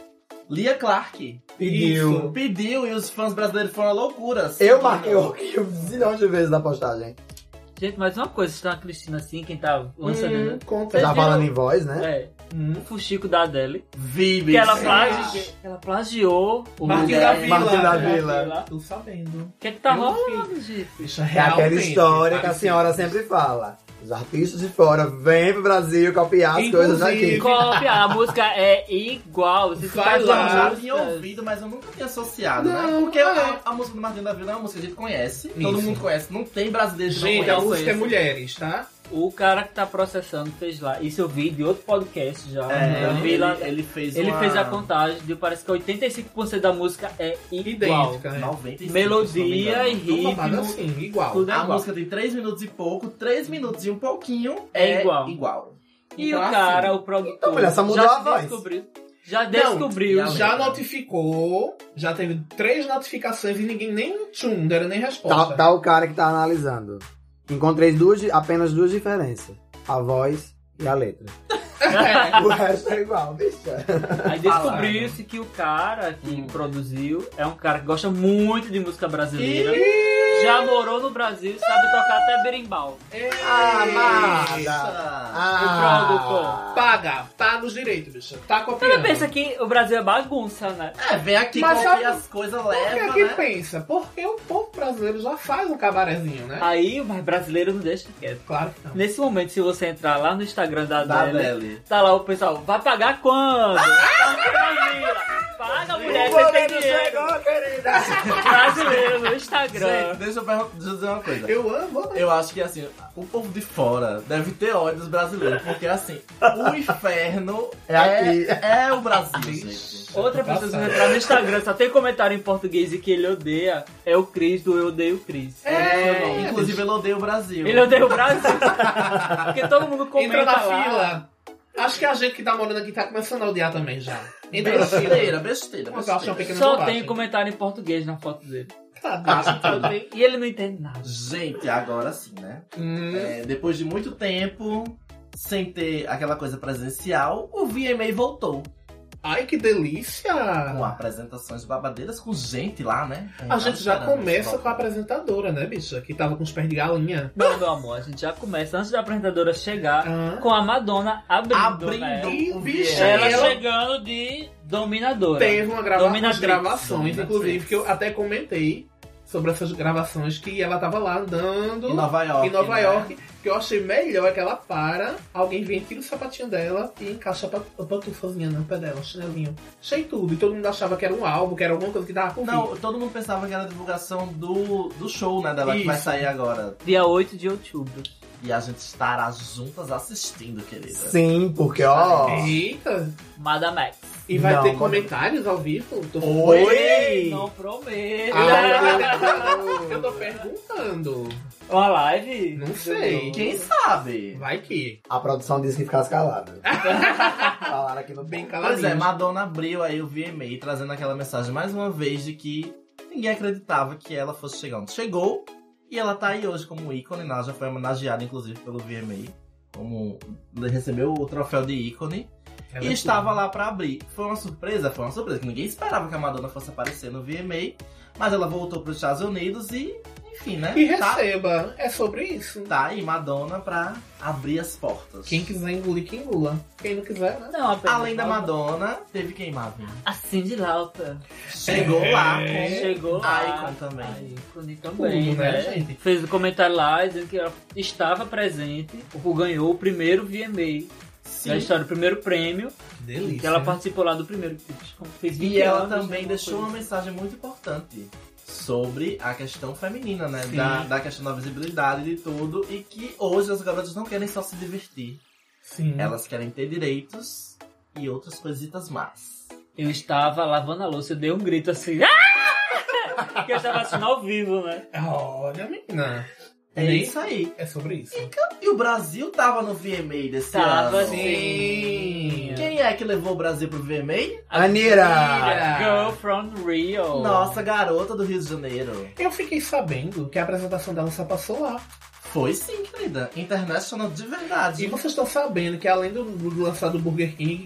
Lia Clark Pediu. pediu e os fãs brasileiros foram loucuras. Eu marquei o Roquinho zilhões de vezes na postagem. Gente, mais uma coisa, se tá uma Cristina assim, quem tá lançando, né? Conta. Você tá viram? falando em voz, né? É, o fuxico da Adele. Vive. Que ela plagiou o Martinho da Vila. Martinho da Martinho Vila. Tô sabendo. O que é que tá Eu rolando, gente? Isso É realmente aquela história que a parecido. senhora sempre fala. Os artistas de fora vêm pro Brasil copiar as coisas Inclusive, daqui. Cópia, a música é igual. Você Vai escuta lá. as Já músicas. tinha ouvido, mas eu nunca tinha associado, né? Não, Porque é. a música do Martinho da Vila é uma música que a gente conhece, todo Isso. mundo conhece, não tem brasileiro que Gente, não a conhece. música é conheço. mulheres, tá? O cara que tá processando fez lá. Isso eu vi de outro podcast já. Eu vi ele, lá. ele fez Ele uma... fez a contagem, deu, parece que 85% da música é igual. Idêntica, né? 95, Melodia se não me e engano. Uma babada ritmo. assim, igual. Tudo é A igual. música tem 3 minutos e pouco, 3 minutos e um pouquinho É igual. E Então, o cara, assim, o produtor, Então, mulher, só mudou já a voz. Já Não, descobriu. e Já letra. notificou, já teve 3 notificações e ninguém nem não deram nem resposta. Tá o cara que tá analisando. Encontrei apenas duas diferenças. A voz e a letra. É. O resto é igual, bicha. Aí descobriu-se que o cara que produziu é um cara que gosta muito de música brasileira. Já morou no Brasil e sabe tocar até berimbau. Amada. O produtor. Paga os direitos, bicho. Tá Você copiando. pensa que o Brasil é bagunça, né? vem aqui, Mas copia sabe- as coisas, Por que leva, que né? pensa? Porque o povo brasileiro já faz um cabarezinho, né? Aí, mas brasileiro não deixa quieto. Claro que não. Nesse momento, se você entrar lá no Instagram da Da Adele, Adele. tá lá o pessoal, vai pagar quando? Paga, mulher, você tem dinheiro. querida. Brasileiro no Instagram. Gente, deixa eu dizer uma coisa. Eu amo, né? Eu acho que, assim, o povo de fora deve ter ódio dos brasileiros, porque, assim, o inferno É aqui. é o Brasil, gente. Outra pessoa que vai entrar no Instagram, só tem comentário em português e que ele odeia, é o Cris do Eu Odeio o Cris. Inclusive, ele odeia o Brasil. Ele odeia o Brasil. Porque todo mundo comenta Entra na lá. fila. Acho que a gente que tá morando aqui tá começando a odiar também já. Entra na fila. Besteira. Mas eu acho uma pequena Só bobagem. tem comentário em português na foto dele. Tá, Só tem- E ele não entende nada. Gente, agora sim, né? Hum, Depois de muito tempo, sem ter aquela coisa presencial, o VMA voltou. Ai, que delícia! Com apresentações babadeiras, com gente lá, né? A gente já Esperando começa isso com a apresentadora, né, bicha? Que tava com os pés de galinha. Não, meu amor, a gente já começa, antes da apresentadora chegar, Ah. com a Madonna abrindo, né? E, o bicha, VMA. Ela ela chegando de dominadora. teve umas Dominatrix. gravações, Dominatrix. inclusive, que eu até comentei sobre essas gravações, que ela tava lá andando Em Nova York. em Nova né? York, que eu achei melhor que ela para, alguém vem, tira o sapatinho dela e encaixa a pantufazinha no pé dela, o chinelinho. Achei tudo, e todo mundo achava que era um álbum, que era alguma coisa que tava por vir. Não, todo mundo pensava que era a divulgação do show, né, dela, que vai Isso. sair agora. Dia 8 de outubro. E a gente estará juntas assistindo, querida. Sim, porque, ó... Eita! Madame X. E vai Não, ter mas- comentários ao vivo? Tô... Oi! Não prometo. Eu tô perguntando. Uma live? Não sei. Quem sabe? Vai que. A produção disse que ficasse calada. Falaram aqui no Bem Pois caladinho. é, Madonna abriu aí o VMA, trazendo aquela mensagem mais uma vez de que ninguém acreditava que ela fosse chegar onde chegou. E ela tá aí hoje como ícone, né? Ela já foi homenageada, inclusive, pelo VMA. Como recebeu o troféu de ícone. Ela E é estava tudo. lá pra abrir. Foi uma surpresa, que ninguém esperava que a Madonna fosse aparecer no VMA. Mas ela voltou pros Estados Unidos e, enfim, né? E Tá, receba. É sobre isso. tá aí Madonna pra abrir as portas. Quem quiser engolir, que engula. Quem não quiser, né? Não, apenas. Além da Madonna, teve quem, Marvin? A Cindy Lauper. Chegou lá com Chegou a lá. Icon também. A Icon também, Tudo, né? né, gente? Fez um comentário lá dizendo que ela estava presente, ganhou o primeiro VMA da história, o primeiro prêmio, Que delícia. que ela participou lá do primeiro. Fez 20 E ela anos, também né, deixou uma coisa. mensagem muito importante sobre a questão feminina, né? Sim. Da questão da visibilidade de tudo. E que hoje as garotas não querem só se divertir. Sim. Elas querem ter direitos e outras coisitas más. Eu estava lavando a louça, eu dei um grito assim. "Ah!" Porque eu estava assistindo ao vivo, né? Olha, menina. É Nem- isso aí. É sobre isso. E o Brasil tava no VMA desse Tava ano. sim. Quem é que levou o Brasil pro VMA? Anira! Girl from Rio. Nossa, garota do Rio de Janeiro. Eu fiquei sabendo que a apresentação dela só passou lá. Foi sim, querida. International de verdade. E vocês estão sabendo que além do lançado do Burger King, que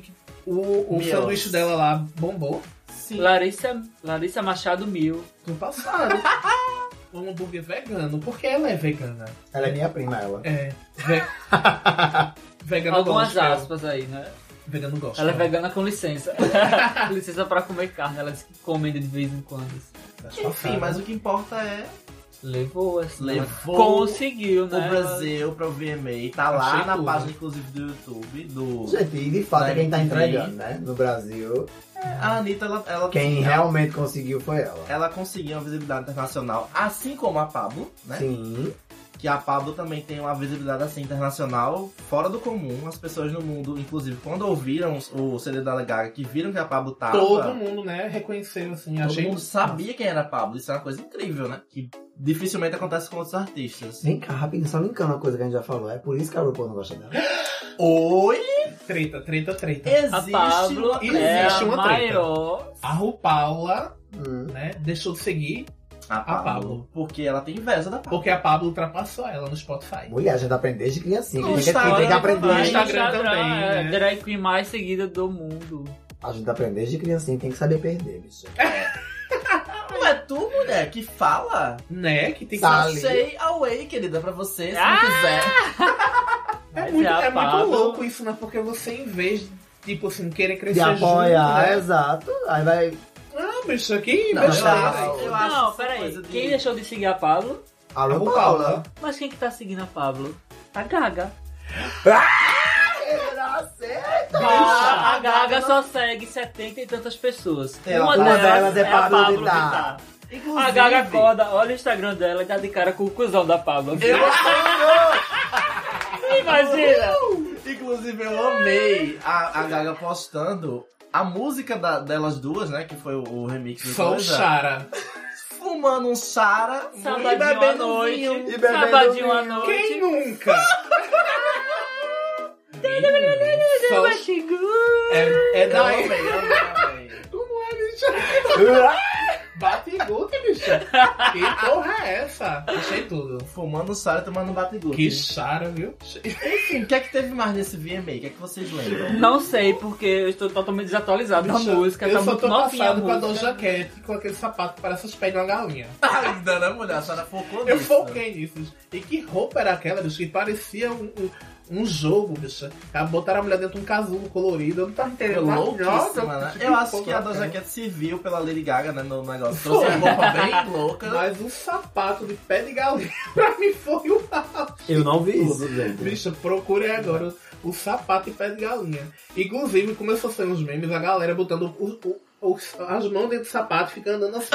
O Meals. sanduíche dela lá bombou Sim. Larissa Machado Mil. no passado. Um hambúrguer vegano, porque ela é vegana. Ela é minha prima, ela. É. Vegano Algumas gospel. aspas aí, né? Vegano gospel. Ela é vegana com licença. Licença pra comer carne. Ela diz que come de vez em quando. Enfim, mas o que importa é Levou, assim. Levou Conseguiu, né? o Brasil pra o VMA. Tá lá Achei na tudo. página, inclusive, do YouTube. Do... Gente, e de fato é quem tá MTV. entregando, né? No Brasil, A Anitta, ela quem realmente conseguiu foi ela. ela conseguiu uma visibilidade internacional, assim como a Pablo, né? Sim. Que a Pablo também tem uma visibilidade assim internacional fora do comum. As pessoas no mundo, inclusive, quando ouviram o CD da Lady Gaga, que viram que a Pablo tava... Todo mundo, né, reconheceu, assim. Todo Achei mundo sabia quem era a Pablo. Isso é uma coisa incrível, né? Que dificilmente acontece com outros artistas. Vem cá, rapidinho, só linkando uma coisa que a gente já falou. É por isso que a RuPaul não gosta dela. Oi! Treta. A Pablo uma- é a existe uma treta. maior. A RuPaula, Hum. né, deixou de seguir a Pablo. Pablo. Porque ela tem inveja da Pablo. porque a Pablo ultrapassou ela no Spotify. Mulher, a gente aprende desde criancinha. No Quem tem que Instagram aprender. também. No Instagram também, é né? a drag queen mais seguida do mundo. A gente aprende desde criancinha, tem que saber perder, bicho. Não é tu, mulher, que fala? Né, que tem que Sabe. Say away, querida, pra você, se Ah! não quiser. É Mas muito, a é muito Pablo- louco isso, né? Porque você, em vez de, tipo assim, querer De crescer apoiar, junto, né? exato. Aí vai Ah, bicho, aqui, Não, besteira. eu acho Não, essa peraí. coisa de- Quem deixou de seguir a Pablo? a A RuPaul. RuPaula. Mas quem que tá seguindo a Pablo? A Gaga. A Gaga só segue 70 e tantas pessoas. Uma delas é a Pablo Pablo Vittar. Vittar. Inclusive, A Gaga acorda, olha o Instagram dela e tá de cara com o cuzão da Pablo. Imagina! Inclusive, eu amei a Gaga postando a música delas duas, né? Que foi o remix do Só o coisa, Chara. fumando um Chara e Sabadinho à bebendo noite. vinho. E bebendo Sabadinho à vinho. noite. Quem nunca? Só o- é Eu da amei, amei. Bate-guta, bicho. Que porra é essa? Achei tudo. Fumando Chara e tomando bateguto. Que Chara, viu? Enfim, o que é que teve mais nesse VMA? O que é que vocês lembram? Não sei, porque eu estou totalmente desatualizado da Bicho, música. eu Tá só muito tô novinha a passado com a música. Doja Cat, com aquele sapato que parece os pés de uma galinha. Ainda, né, mulher? A Chara focou Eu nisso. foquei nisso. E que roupa era aquela, bicho? Que parecia um jogo, bicho. Botaram a mulher dentro de um casulo colorido. Eu não tava Foi entendendo. louquíssima, né? Eu acho que a Doja Cat se viu pela Lady Gaga, né, no negócio. Trouxe uma roupa bem louca. Mas o sapato de pé de galinha, pra mim, foi o auge. Eu não vi isso, gente. Bicho, procure agora o sapato de pé de galinha. Inclusive, começou a sair uns memes, a galera botando as mãos dentro do sapato e fica andando assim.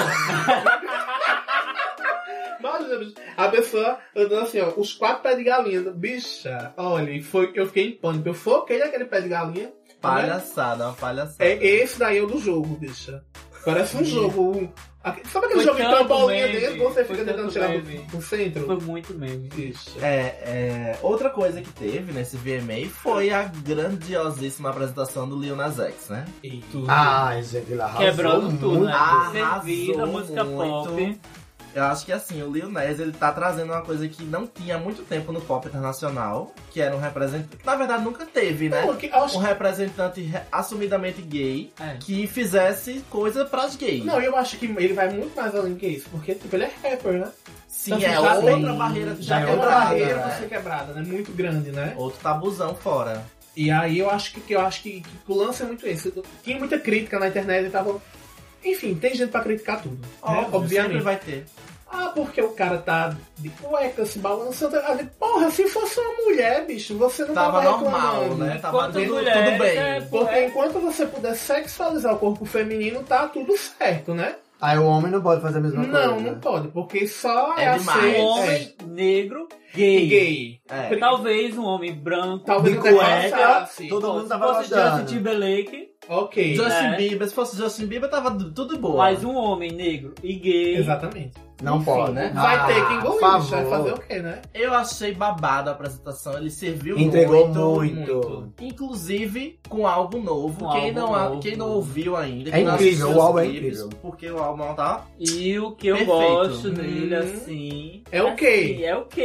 Imagina, bicho, a pessoa andando assim, ó, os 4 pés de galinha. Bicha, olha, eu fiquei em pânico. Eu foquei naquele pé de galinha. Palhaçada, uma palhaçada. É, esse daí é o do jogo, bicha. Parece um jogo. Sabe aquele Foi jogo que tem uma tanto bolinha meme, dentro, você foi fica tentando tanto tirar meme. pro centro? Foi muito meme. Bicha. Outra coisa que teve nesse VMA foi a grandiosíssima apresentação do Lil Nas X, né? E Ai, gente, ele arrasou Quebrando tudo, muito. né? Arrasou Servida, música muito. pop. Eu acho que assim, o Lil Nas, ele tá trazendo uma coisa que não tinha há muito tempo no pop internacional, que era um representante, que na verdade nunca teve, né? Não, eu acho Um representante assumidamente gay, É. que fizesse coisa pras gays. Não, eu acho que ele vai muito mais além que isso, porque tipo, ele é rapper, né? Sim, Então, é já outra tem- barreira. Já é tem uma outra barreira né? pra ser quebrada, né? Muito grande, né? Outro tabuzão fora. E aí eu acho que o lance é muito esse. Tinha muita crítica na internet e tava. Enfim, tem gente pra criticar tudo. Né? Óbvio, Obviamente. sempre vai ter. Ah, porque o cara tá de cueca se balançando. Porra, se fosse uma mulher, bicho, você não Tava tava normal, reclamando. né? Tava Quantas tudo mulheres, bem. é, Porque enquanto você puder sexualizar o corpo feminino, tá tudo certo, né? Aí o homem não pode fazer a mesma coisa. Não, não pode, porque só É é, demais. aceito. Um homem negro, gay. Gay. É. Talvez um homem branco. Talvez De até cueca, passasse. todo mundo Se tava fosse Justin gostando. Timberlake, Ok. Justin É. Bieber, se fosse Justin Bieber, tava tudo boa. mas um homem negro e gay. Exatamente. Não Enfim, pode. né? Vai ter que engolir, por bicho, vai favor. fazer o quê, né? Eu achei babado a apresentação, ele serviu Entregou muito. muito. Inclusive com álbum novo. Com quem, álbum não, novo. quem não ouviu ainda, É quem não incrível, assistiu o álbum os é clipes, incrível. Porque o álbum tá... E o que eu Perfeito. gosto dele, assim. É o quê? assim, é o quê? O que é que a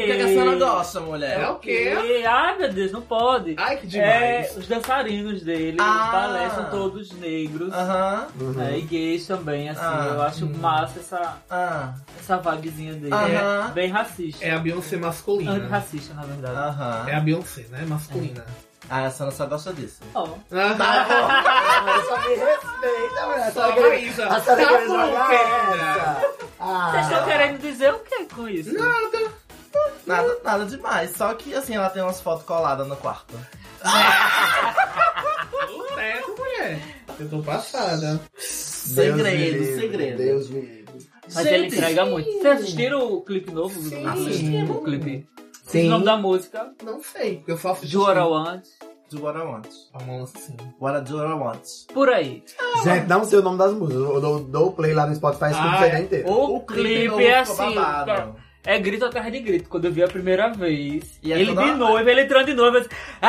senhora gosta, mulher? É o quê? Ai, meu Deus, não pode. Ai, que demais. Os dançarinos dele, Ah. os balés são todos negros. Aham. E gays também, assim. Ah. Eu acho massa essa vibezinha dele. Aham. É bem racista. É a Beyoncé masculina. Antirracista, na verdade. Aham. É a Beyoncé, né? Masculina. Ah, a senhora só gosta disso. Ó. Ah, só me respeita, mulher. Só Maísa. A senhora Tá quer bom, jogar querida. essa? Vocês estão querendo dizer o que com isso? Nada demais. Só que, assim, ela tem umas fotos coladas no quarto. O teto, mulher. Eu tô passada. Segredo. Deus me livre. Mas ele entrega muito. Vocês assistiram o clipe novo? Sim. O clipe. Sim. O nome da música? Não sei, porque eu só assisti. Do What I Want. Do what I want. A mão assim. What I do, what I want. Por aí. Gente, não sei o nome das músicas. Eu dou o play lá no Spotify e escuto Ah, a CD inteira. O clipe novo é ficou assim. babado. É grito atrás de grito. Quando eu vi a primeira vez. E é ele toda de hora- noiva, ele entrando de noiva.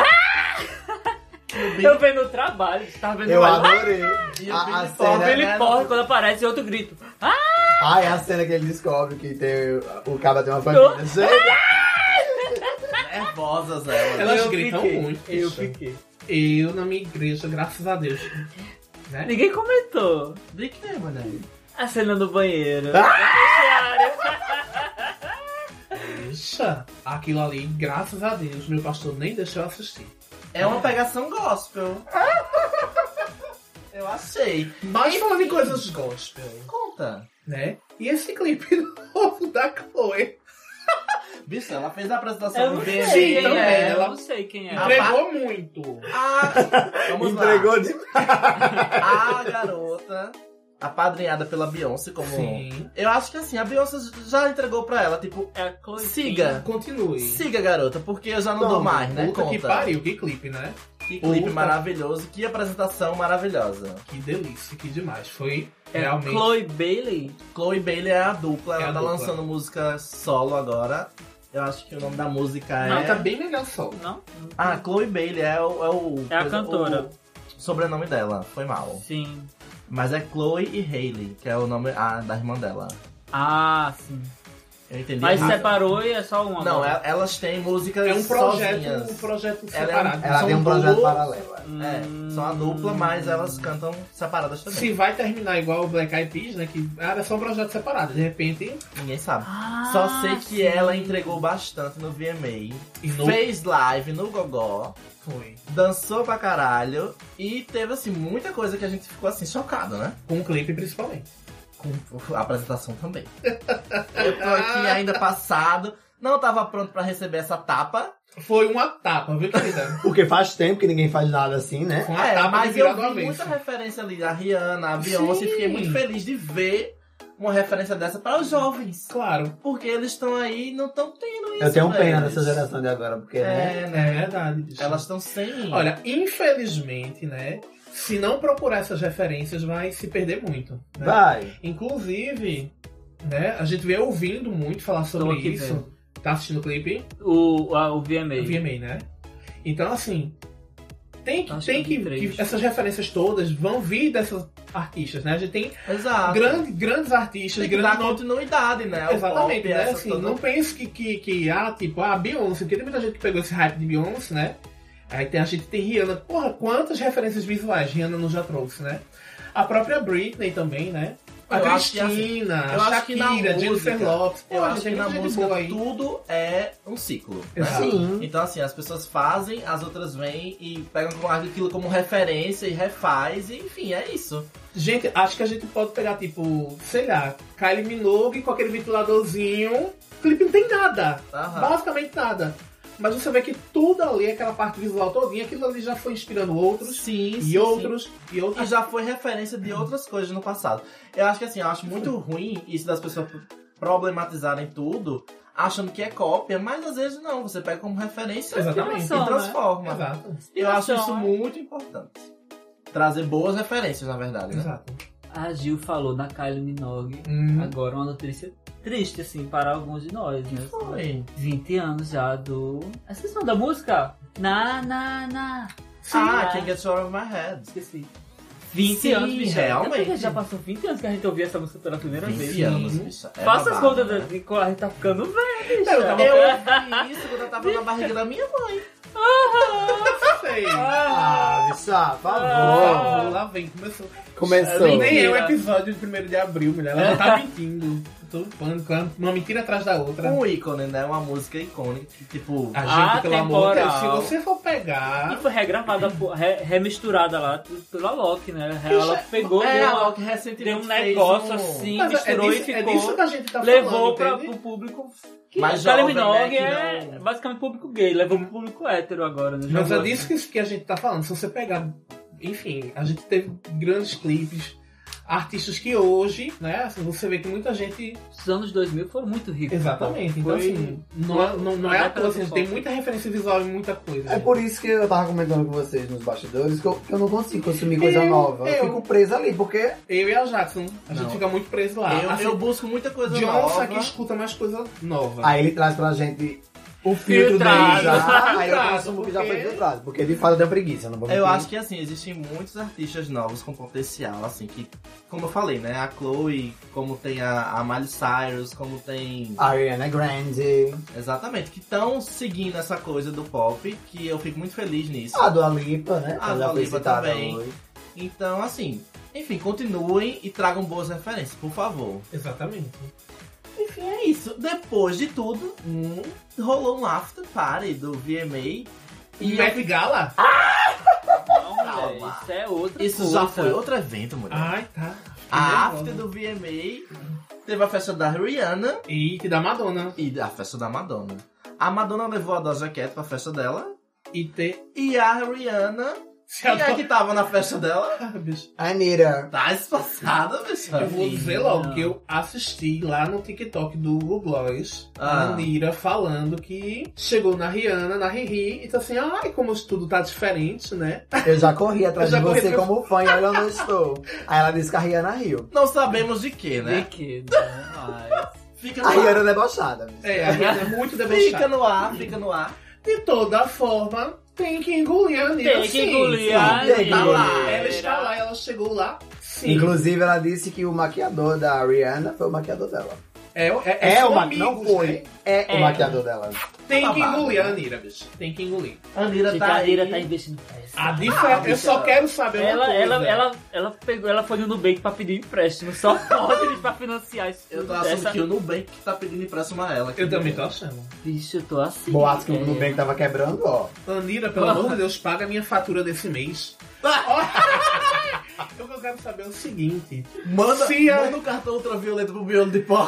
Eu vendo o trabalho. Você tava vendo Eu o adorei. E o A Billy cena Paul, Billy né? Paul, quando aparece outro grito. Ah, é a cena que ele descobre que tem, o cara tem uma família. Gente, Nervosas elas. Elas Eu gritam fiquei, muito. Eu bicha. fiquei. Eu, na minha igreja, graças a Deus. Né? Ninguém comentou. De que, mulher? A cena do banheiro. Bicha, aquilo ali, graças a Deus, meu pastor nem deixou eu assistir. É uma pegação gospel. Eu achei. Mas falando em coisas gospel, Conta. né? E esse clipe novo da Chloe Bicho, ela fez a apresentação Eu no não VMA, sei quem também, é. né? Eu ela- não sei quem é. entregou muito. Vamos entregou demais. lá. A garota, apadrinhada pela Beyoncé, como... Sim. Eu acho que assim, a Beyoncé já entregou pra ela, tipo, É a Chloe siga. Continue. Siga, garota, porque eu já não Não, dou mais, né? Puta que Conta. pariu, que clipe, né? Que clipe Puta. maravilhoso, que apresentação maravilhosa. Que delícia, que demais. Foi É realmente... Chloe Bailey. Chloe Bailey é a dupla, É ela a tá dupla. lançando música solo agora. Eu acho que o nome da música Não, é... tá bem legal só. Não? Ah, Chloe Bailey é o É a cantora. o sobrenome dela, foi mal. Sim. Mas é Chloe e Hailey, que é o nome da irmã dela. Ah, sim. Eu entendi Mas errado. separou e é só uma. Não, agora. elas têm músicas É um sozinhas. projeto Ela é separado. Ela São tem um projeto duas. paralelo. São a dupla, mas elas cantam separadas também. Se vai terminar igual o Black Eyed Peas, né? Que era só um projeto separado. De repente, Ninguém sabe. Ah, Só sei que sim. ela entregou bastante no VMA, e no... fez live no Gogó, Foi. dançou pra caralho e teve assim muita coisa que a gente ficou assim chocado, né? Com o clipe principalmente. Com a apresentação também. Eu tô aqui ainda passado, não tava pronto pra receber essa tapa. Foi uma tapa, viu, querida? Porque faz tempo que ninguém faz nada assim, né? Foi uma tapa de mas eu virar do vi avesso. muita referência ali da Rihanna, a Beyoncé, e fiquei muito feliz de ver uma referência dessa para os jovens. Claro. Porque eles estão aí e não estão tendo isso. Eu tenho pra pena eles. dessa geração de agora, porque, né? É, É né? verdade. bicho. Elas estão sem. Olha, infelizmente, né? Se não procurar essas referências, vai se perder muito. Né? Vai. Inclusive, né? A gente vem ouvindo muito falar sobre aqui isso. vendo. Tá assistindo o clipe? O VMA. O VMA, né? Então, assim, tem Acho que que três. essas referências todas vão vir dessas artistas, né? A gente tem Exato. grandes artistas, Tem que dar grandes continuidade, né? ao Exatamente, pop, né? essa Assim, toda- não pense que tipo, a Beyoncé, porque tem muita gente que pegou esse hype de Beyoncé, né? Aí a gente tem Rihanna. Porra, quantas referências visuais Rihanna nos já trouxe, né? A própria Britney também, né? A Eu acho que, Cristina, eu a acho que na Shakira, Jennifer música- Lopez. Eu Porra, acho tem que na muita gente música boa aí. tudo é um ciclo. Né? Exato. Sim. Então, assim, as pessoas fazem, as outras vêm e pegam aquilo como referência e refaz, e enfim, é isso. Gente, acho que a gente pode pegar, tipo, sei lá, Kylie Minogue com aquele ventiladorzinho. O clipe não tem nada. Aham. Basicamente nada. Mas você vê que tudo ali, aquela parte visual todinha, aquilo ali já foi inspirando outros. Sim, E outros, e E outros. já foi referência de outras coisas no passado. Eu acho que assim, eu acho muito ruim isso das pessoas problematizarem tudo, achando que é cópia, mas às vezes não, você pega como referência Exatamente. e transforma. Exato. Eu acho isso Inspiração, muito importante. Trazer boas referências, na verdade, né? Exato. A Gil falou da Kylie Minogue. Agora uma notícia triste, assim, para alguns de nós, né? Foi. 20 anos já do... Esqueci o nome da música? Na. Ah, Can't Get You Out of My Head. Esqueci. 20 Sim, anos, bicho. realmente. Já passou 20 anos que a gente ouviu essa música pela primeira 20 vez. anos, bicha. É Faça as babado, contas né? de quando a gente tá ficando velho, bicho. Eu tava- Eu ouvi isso quando eu tava na barriga da minha mãe. Sei. Ah, bicha, por favor. Lá vem, começou. Começou. Nem é o Mentira. episódio de 1º de abril, mulher. Ela já tá mentindo. Eu tô pânico, uma mentira atrás da outra. Um ícone, né? Uma música icônica que, tipo... A gente, pelo amor de Deus, se Atemporal. você for E pegar... foi regravada, remisturada lá pela Loki, né? Ela pegou, deu, ela que recentemente deu um fez negócio um- assim, Mas misturou e é ficou. disso que a gente tá Levou falando, entende? pro público que Mais Kylie jovem, né, Minogue que é não- basicamente público gay, levou pro público hétero agora, né? Mas é Jogou, disso que a gente tá falando. Se você pegar... Enfim, a gente teve grandes clipes, artistas que hoje, né? Assim, você vê que muita gente... Os anos 2000 foram muito ricos. Exatamente. Então, Foi- assim, não é à toa, assim, tem muita referência visual e muita coisa. É por isso que eu tava comentando com vocês nos bastidores que eu não consigo consumir coisa Eu- nova. Eu eu- fico preso ali, porque Eu e a Jackson, a gente Não. fica muito preso lá. Assim, Eu busco muita coisa John nova. aqui escuta mais coisa nova. aí ele traz pra gente o filtro Filtrado. dele já, aí eu Filtrado, consumo o que já foi porque- filtrado. Porque de fato eu tenho preguiça, não vou Eu mentir. acho que, assim, existem muitos artistas novos com potencial, assim, que... Como eu falei, né? A Chloe, como tem a Miley Cyrus, como tem... Ariana Grande, Exatamente, que estão seguindo essa coisa do pop, que eu fico muito feliz nisso. a Dua Lipa, né? A que já Dua foi Lipa citada também. hoje. Então, assim, enfim, continuem e tragam boas referências, por favor. Exatamente. Enfim, é isso. Depois de tudo, rolou um after party do VMA. E E Met Gala? Não, mulher, Calma. isso é outra isso coisa. já foi outro evento, mulher. Ai, tá. A after do VMA teve a festa da Rihanna E da Madonna. e a festa da Madonna. A Madonna levou a Doja Cat pra festa dela. E ter... E a Rihanna, quem é que tava na festa dela? Ah, bicho. Anitta. Tá espaçada, bicho. Eu vou dizer logo que eu assisti lá no TikTok do Google Gloss a Anira falando que chegou na Rihanna, na Riri, e tá assim, ai, como tudo tá diferente, né? Eu já corri atrás Eu já de corri você atrás- como fã e olha onde eu estou. Aí ela disse que a Rihanna riu. Não sabemos de que, De né? que, né? Mas... Fica A no ar. Rihanna é debochada. É, a Rihanna é muito Fica debochada. no ar, fica no ar. De toda forma, tem que engolir a Anira, Tem que sim. engolir sim. a tem que Anira. engolir. Ela está lá, ela chegou lá, sim. Inclusive, ela disse que o maquiador da Rihanna foi o maquiador dela. São o amigos, não foi. né? É o maquiador dela. Tem que Babado, engolir a né? Anira, bicho. Tem que engolir. A Anira Gente, tá a Anira aí. tá investindo peça. A diferença, eu só quero saber uma coisa. Ela foi no Nubank pra pedir empréstimo. Só pode pra financiar isso. Eu tô tudo achando dessa- que o Nubank tá pedindo empréstimo a ela. Eu também tô achando. Bicho, eu tô assim. Boatos que o é. Nubank tava quebrando, ó. Anira, pelo amor de Deus, paga a minha fatura desse mês. O que eu quero saber é o seguinte. Manda, Se a- manda um cartão ultravioleta pro miolo de porco.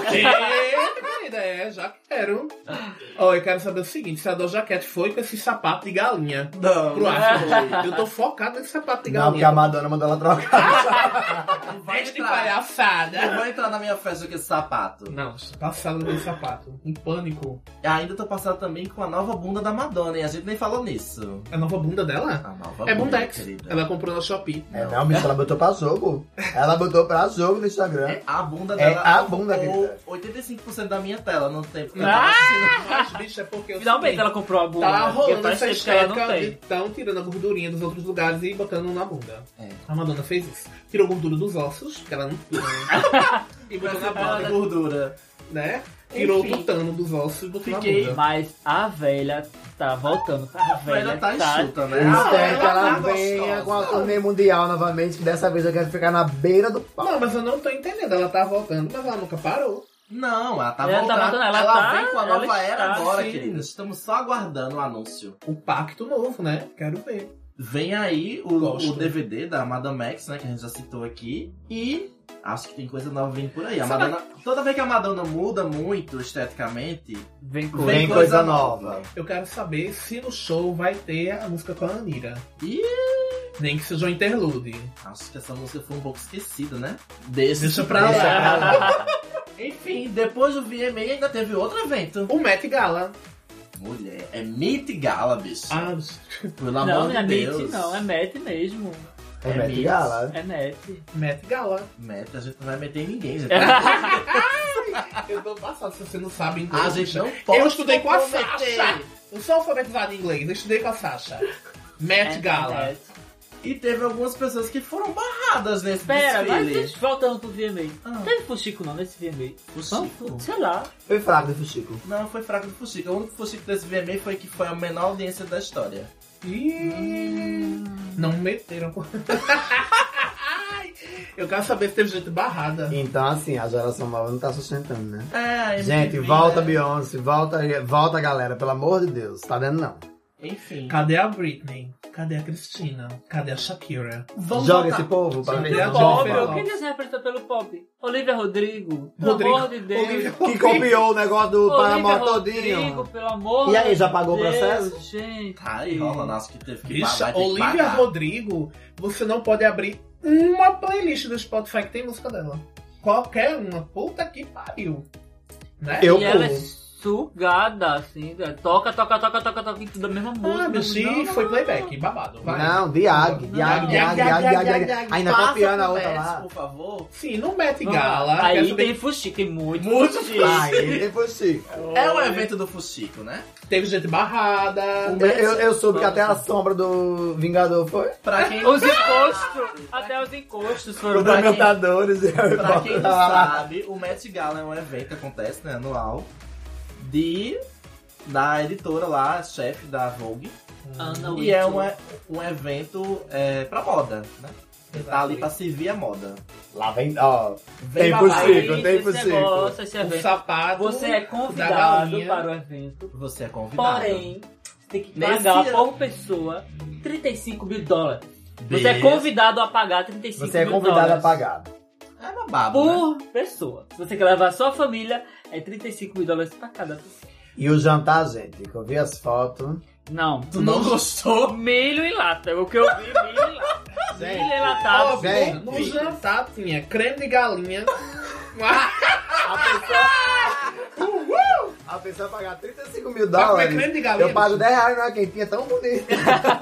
Querida, já quero. Ó, eu quero saber o seguinte, se a Doja Cat foi com esse sapato de galinha Não, pro after. Eu tô focado nesse sapato de Não, porque galinha. a Madonna mandou ela trocar. não vai Deixa de entrar. palhaçada. Não vai entrar na minha festa com esse sapato. Não, passado desse sapato. Um pânico. Ainda tô passando também com a nova bunda da Madonna, e a gente nem falou nisso. A nova bunda dela? A nova É bunda, Bundex. querida. Ela comprou na Shopee. É, não, bicho, ela botou pra jogo. Ela botou pra jogo no Instagram. A bunda É dela a bunda, ocupou querida. 85% da minha tela no tempo que eu Ah! tava assistindo. Mas, bicho, é porque eu Finalmente ela comprou a bunda. tá né? Porque rolando faz essa tempo que ela não estética de tem. tão tirando a gordurinha dos outros lugares e botando na bunda. É. A Madonna fez isso. Tirou gordura dos ossos, que ela não tira, né? E botou na Fala de bunda, gordura. né? Tirou Enfim. o tutano dos ossos e botou Fiquei- na bunda. Mas a velha tá voltando. A velha tá enxuta, né? Eu Ah, espero que ela ela tá venha gostosa. com a turnê mundial novamente, que dessa vez eu quero ficar na beira do pau. Não, mas eu não tô entendendo. Ela tá voltando, mas ela nunca parou. Não, ela tá Ela tá voltando. voltando, ela ela tá- vem com a ela nova era está, agora, sim. querida. Estamos só aguardando o anúncio. O pacto novo, né? Quero ver. Vem aí Gosto. o DVD da Madame X, né? Que a gente já citou aqui. E acho que tem coisa nova vindo por aí. A Madonna, toda vez que a Madonna muda muito esteticamente, Vem com Vem coisa nova. Eu quero saber se no show vai ter a música com a Anira. Ih! Nem que seja um interlude. Acho que essa música foi um pouco esquecida, né? Deixa pra lá. Enfim, depois do VMA ainda teve outro evento. O Met Gala. Mulher, é Met Gala, bicho. Ah, Pelo Não, amor não de é Deus. Met, não. É Met mesmo. É É Met Met. Gala. É Met. Met Gala. Met, a gente não vai meter em ninguém, gente. Eu tô passado, se você não sabe inglês. A gente não pode Eu estudei com a comprometer. Sasha. Eu sou alfabetizado em inglês, eu estudei com a Sasha. Met É Gala. Met. E teve algumas pessoas que foram barradas nesse Pera, desfile. mas voltando pro VMA. Ah. Não teve fuxico não nesse VMA. Fuxico? Sei lá. Foi fraco do Fuxico. Não, foi fraco do Fuxico. O único Fuxico desse VMA foi que foi a menor audiência da história. Ih, não meteram. Ai, eu quero saber se teve gente barrada. Então, assim, a geração nova não tá sustentando, né? É, Gente, volta Beyoncé, volta galera, pelo amor de Deus. Tá dando não. Enfim. Cadê a Britney? Cadê a Cristina? Cadê a Shakira? Vamos Joga voltar. esse povo pra ver. Sim, Pelo Não, pop, não. quem que se representa pelo pop? Olivia Rodrigo. Pelo Rodrigo. amor de Deus. Olivia Que copiou o negócio do Olivia Paramore Rodrigo, todinho. pelo amor E aí, já de pagou o Deus, processo? Gente. Tá aí, rola, acho que teve que Bicha, vai ter que Olivia pagar. Rodrigo, você não pode abrir uma playlist do Spotify que tem música dela. Qualquer uma. Puta que pariu. Né? Eu E ela é pulo. sugada, assim, né? Toca e tudo a mesma música. Ah, bicho, e foi playback, babado. Vai. Não, Diag. Ainda Passa copiando a pro outra Messi, lá. por favor. Sim, no Met Vamos lá. Gala. quer Aí saber tem fuxico, tem muito Muito fuxico. Ai, ele foi Chico. É o evento do Fuxico, né? que teve gente barrada. Eu soube que até a sombra do Vingador foi. Pra quem, Os encostos, até os encostos foram Os pra quem... Dementadores. pra quem não sabe, o Met Gala é um evento que acontece, né, anual, da editora lá, chefe da Vogue. Ana E é Wintour. um evento pra moda, né? Tá ali pra servir a moda. Lá vem, ó. Vem Tem babado. Fuxico, Aí, tem esse Fuxico. negócio, esse O evento. sapato. Você é da convidado galinha. para o evento, Você é convidado. porém, você tem que Nesse pagar ano- por pessoa $35 mil. Você é Beleza. convidado a pagar $35 mil. Você é convidado a pagar. É babado, né? Por pessoa. Se você quer levar a sua família, é $35 mil pra cada pessoa. E o jantar, gente, que eu vi as fotos. Não. Tu não gostou? Milho e lata. O que eu vi, milho e lata. Gente, Milho enlatado. Óbvio, Gente. no jantar tinha creme de galinha. a pessoa pagar $35 mil Pra comer creme de galinha. eu pago bicho. R$10 numa quentinha tão bonita.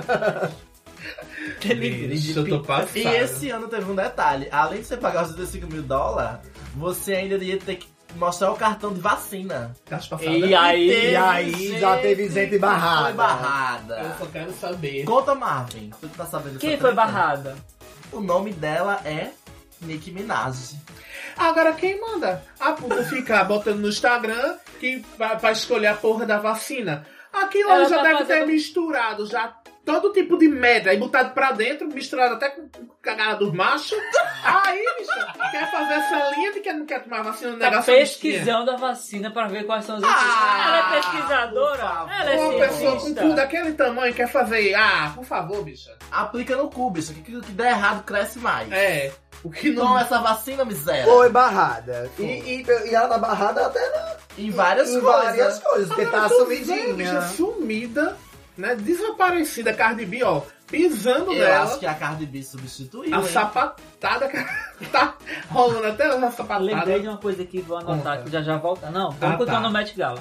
Bicho, eu tô passado. E esse ano teve um detalhe. Além de você pagar os $35 mil, você ainda ia ter que mostrar o cartão de vacina. Caso passado. E aí, E aí já teve gente barrada. Foi barrada. Eu só quero saber. Conta, Marvin. Tu tá sabendo quem dessa foi treta? barrada? O nome dela é Nicki Minaj. Agora quem manda a puta ficar botando no Instagram que pra escolher a porra da vacina? Aquilo Ela já tá deve ter fazendo- misturado já todo tipo de merda e botado pra dentro, misturado até com cagada dos machos. Aí, bicho, quer fazer essa linha de que não quer tomar vacina no Tá negócio pesquisando a vacina pra ver quais são os efeitos. Ela é pesquisadora? por favor. Ela é Uma pessoa com cientista? tudo daquele tamanho quer fazer. Ah, por favor, bicha. Aplica no cu, bicho. Que der errado cresce mais. É. O que não. Toma essa vacina, miséria. Foi barrada. E ela tá barrada até Em várias em coisas. várias coisas, porque tá Tu vê, bicha, sumidinha. sumida, né? Desaparecida, Cardi B, ó. Pisando Eu nela. acho que a Cardi B substituiu, A hein? sapatada que tá rolando até a sapatada. Lembrei de uma coisa aqui, vou anotar Conta. que já volta. Não, Ah, vamos continuar tá. no Met Gala.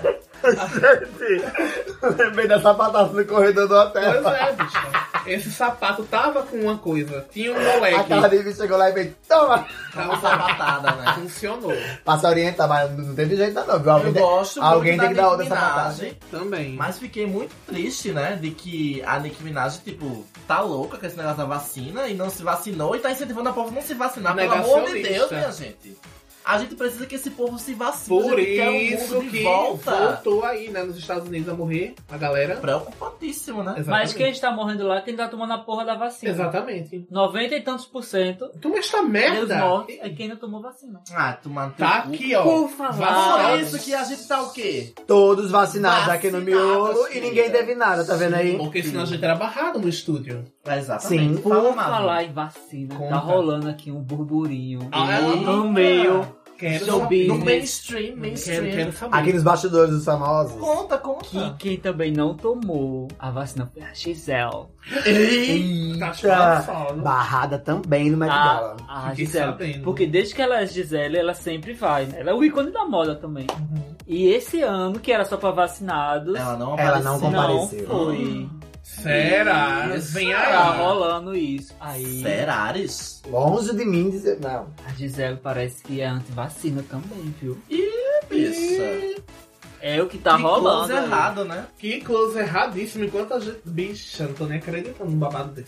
Lembrei da sapataça no corredor do hotel. Pois é, bicho. Esse sapato tava com uma coisa. Tinha um A moleque. Cardi chegou lá e fez, toma! Tava sapatada, né? Funcionou. Passa a orientar, mas não teve jeito não, viu? Eu Alguém, gosto alguém muito tem que da dar outra Nicki Minaj, sapatada. Também. mas fiquei muito triste, né? De que a Nicki Minaj, tipo, tá louca com esse negócio da vacina e não se vacinou e tá incentivando a povo a não se vacinar. Pelo amor de Negacionista. Deus, minha gente. A gente precisa que esse povo se vacine. Por a gente quer o isso mundo de que volta. voltou aí, né, nos Estados Unidos a morrer a galera. Preocupadíssimo, né? Exatamente. Mas quem está morrendo lá, quem tá tomando a porra da vacina. Exatamente. 90 e tantos % Tu esta dos merda. mortos é quem não tomou vacina. Ah, tomando Tá aqui, ó. Por favor. Por Vacinado. isso que a gente tá o quê? Todos vacinados aqui no Vacinados, miolo e filha. ninguém teve nada, tá vendo aí? Porque senão a gente era barrado no estúdio. Exatamente. Sim. Fala, Por Marvin. falar em vacina, Conta. tá rolando aqui um burburinho Ah, no meio. Quero Show saber. No business. mainstream. Quero saber. Aqui nos bastidores dos famosos. Conta. Que quem também não tomou a vacina foi a Gisele. Tá Eita! chorando. Barrada também no Met Gala. A Fiquei Gisele. sabendo. Porque desde que ela é Gisele, ela sempre vai, né? Ela é o ícone da moda também. Uhum. E esse ano, que era só pra vacinados, Ela não Ela apareceu. não não compareceu. foi. Será? Isso. Vem Tá aí. rolando isso. Aí Serares? Longe de mim dizer. Não. a Gisele parece que é anti-vacina também, viu? Bicha. É o que tá Que rolando. close aí. errado, né? Que close erradíssimo. Enquanto a gente... Bicha, não tô nem acreditando num babado desse.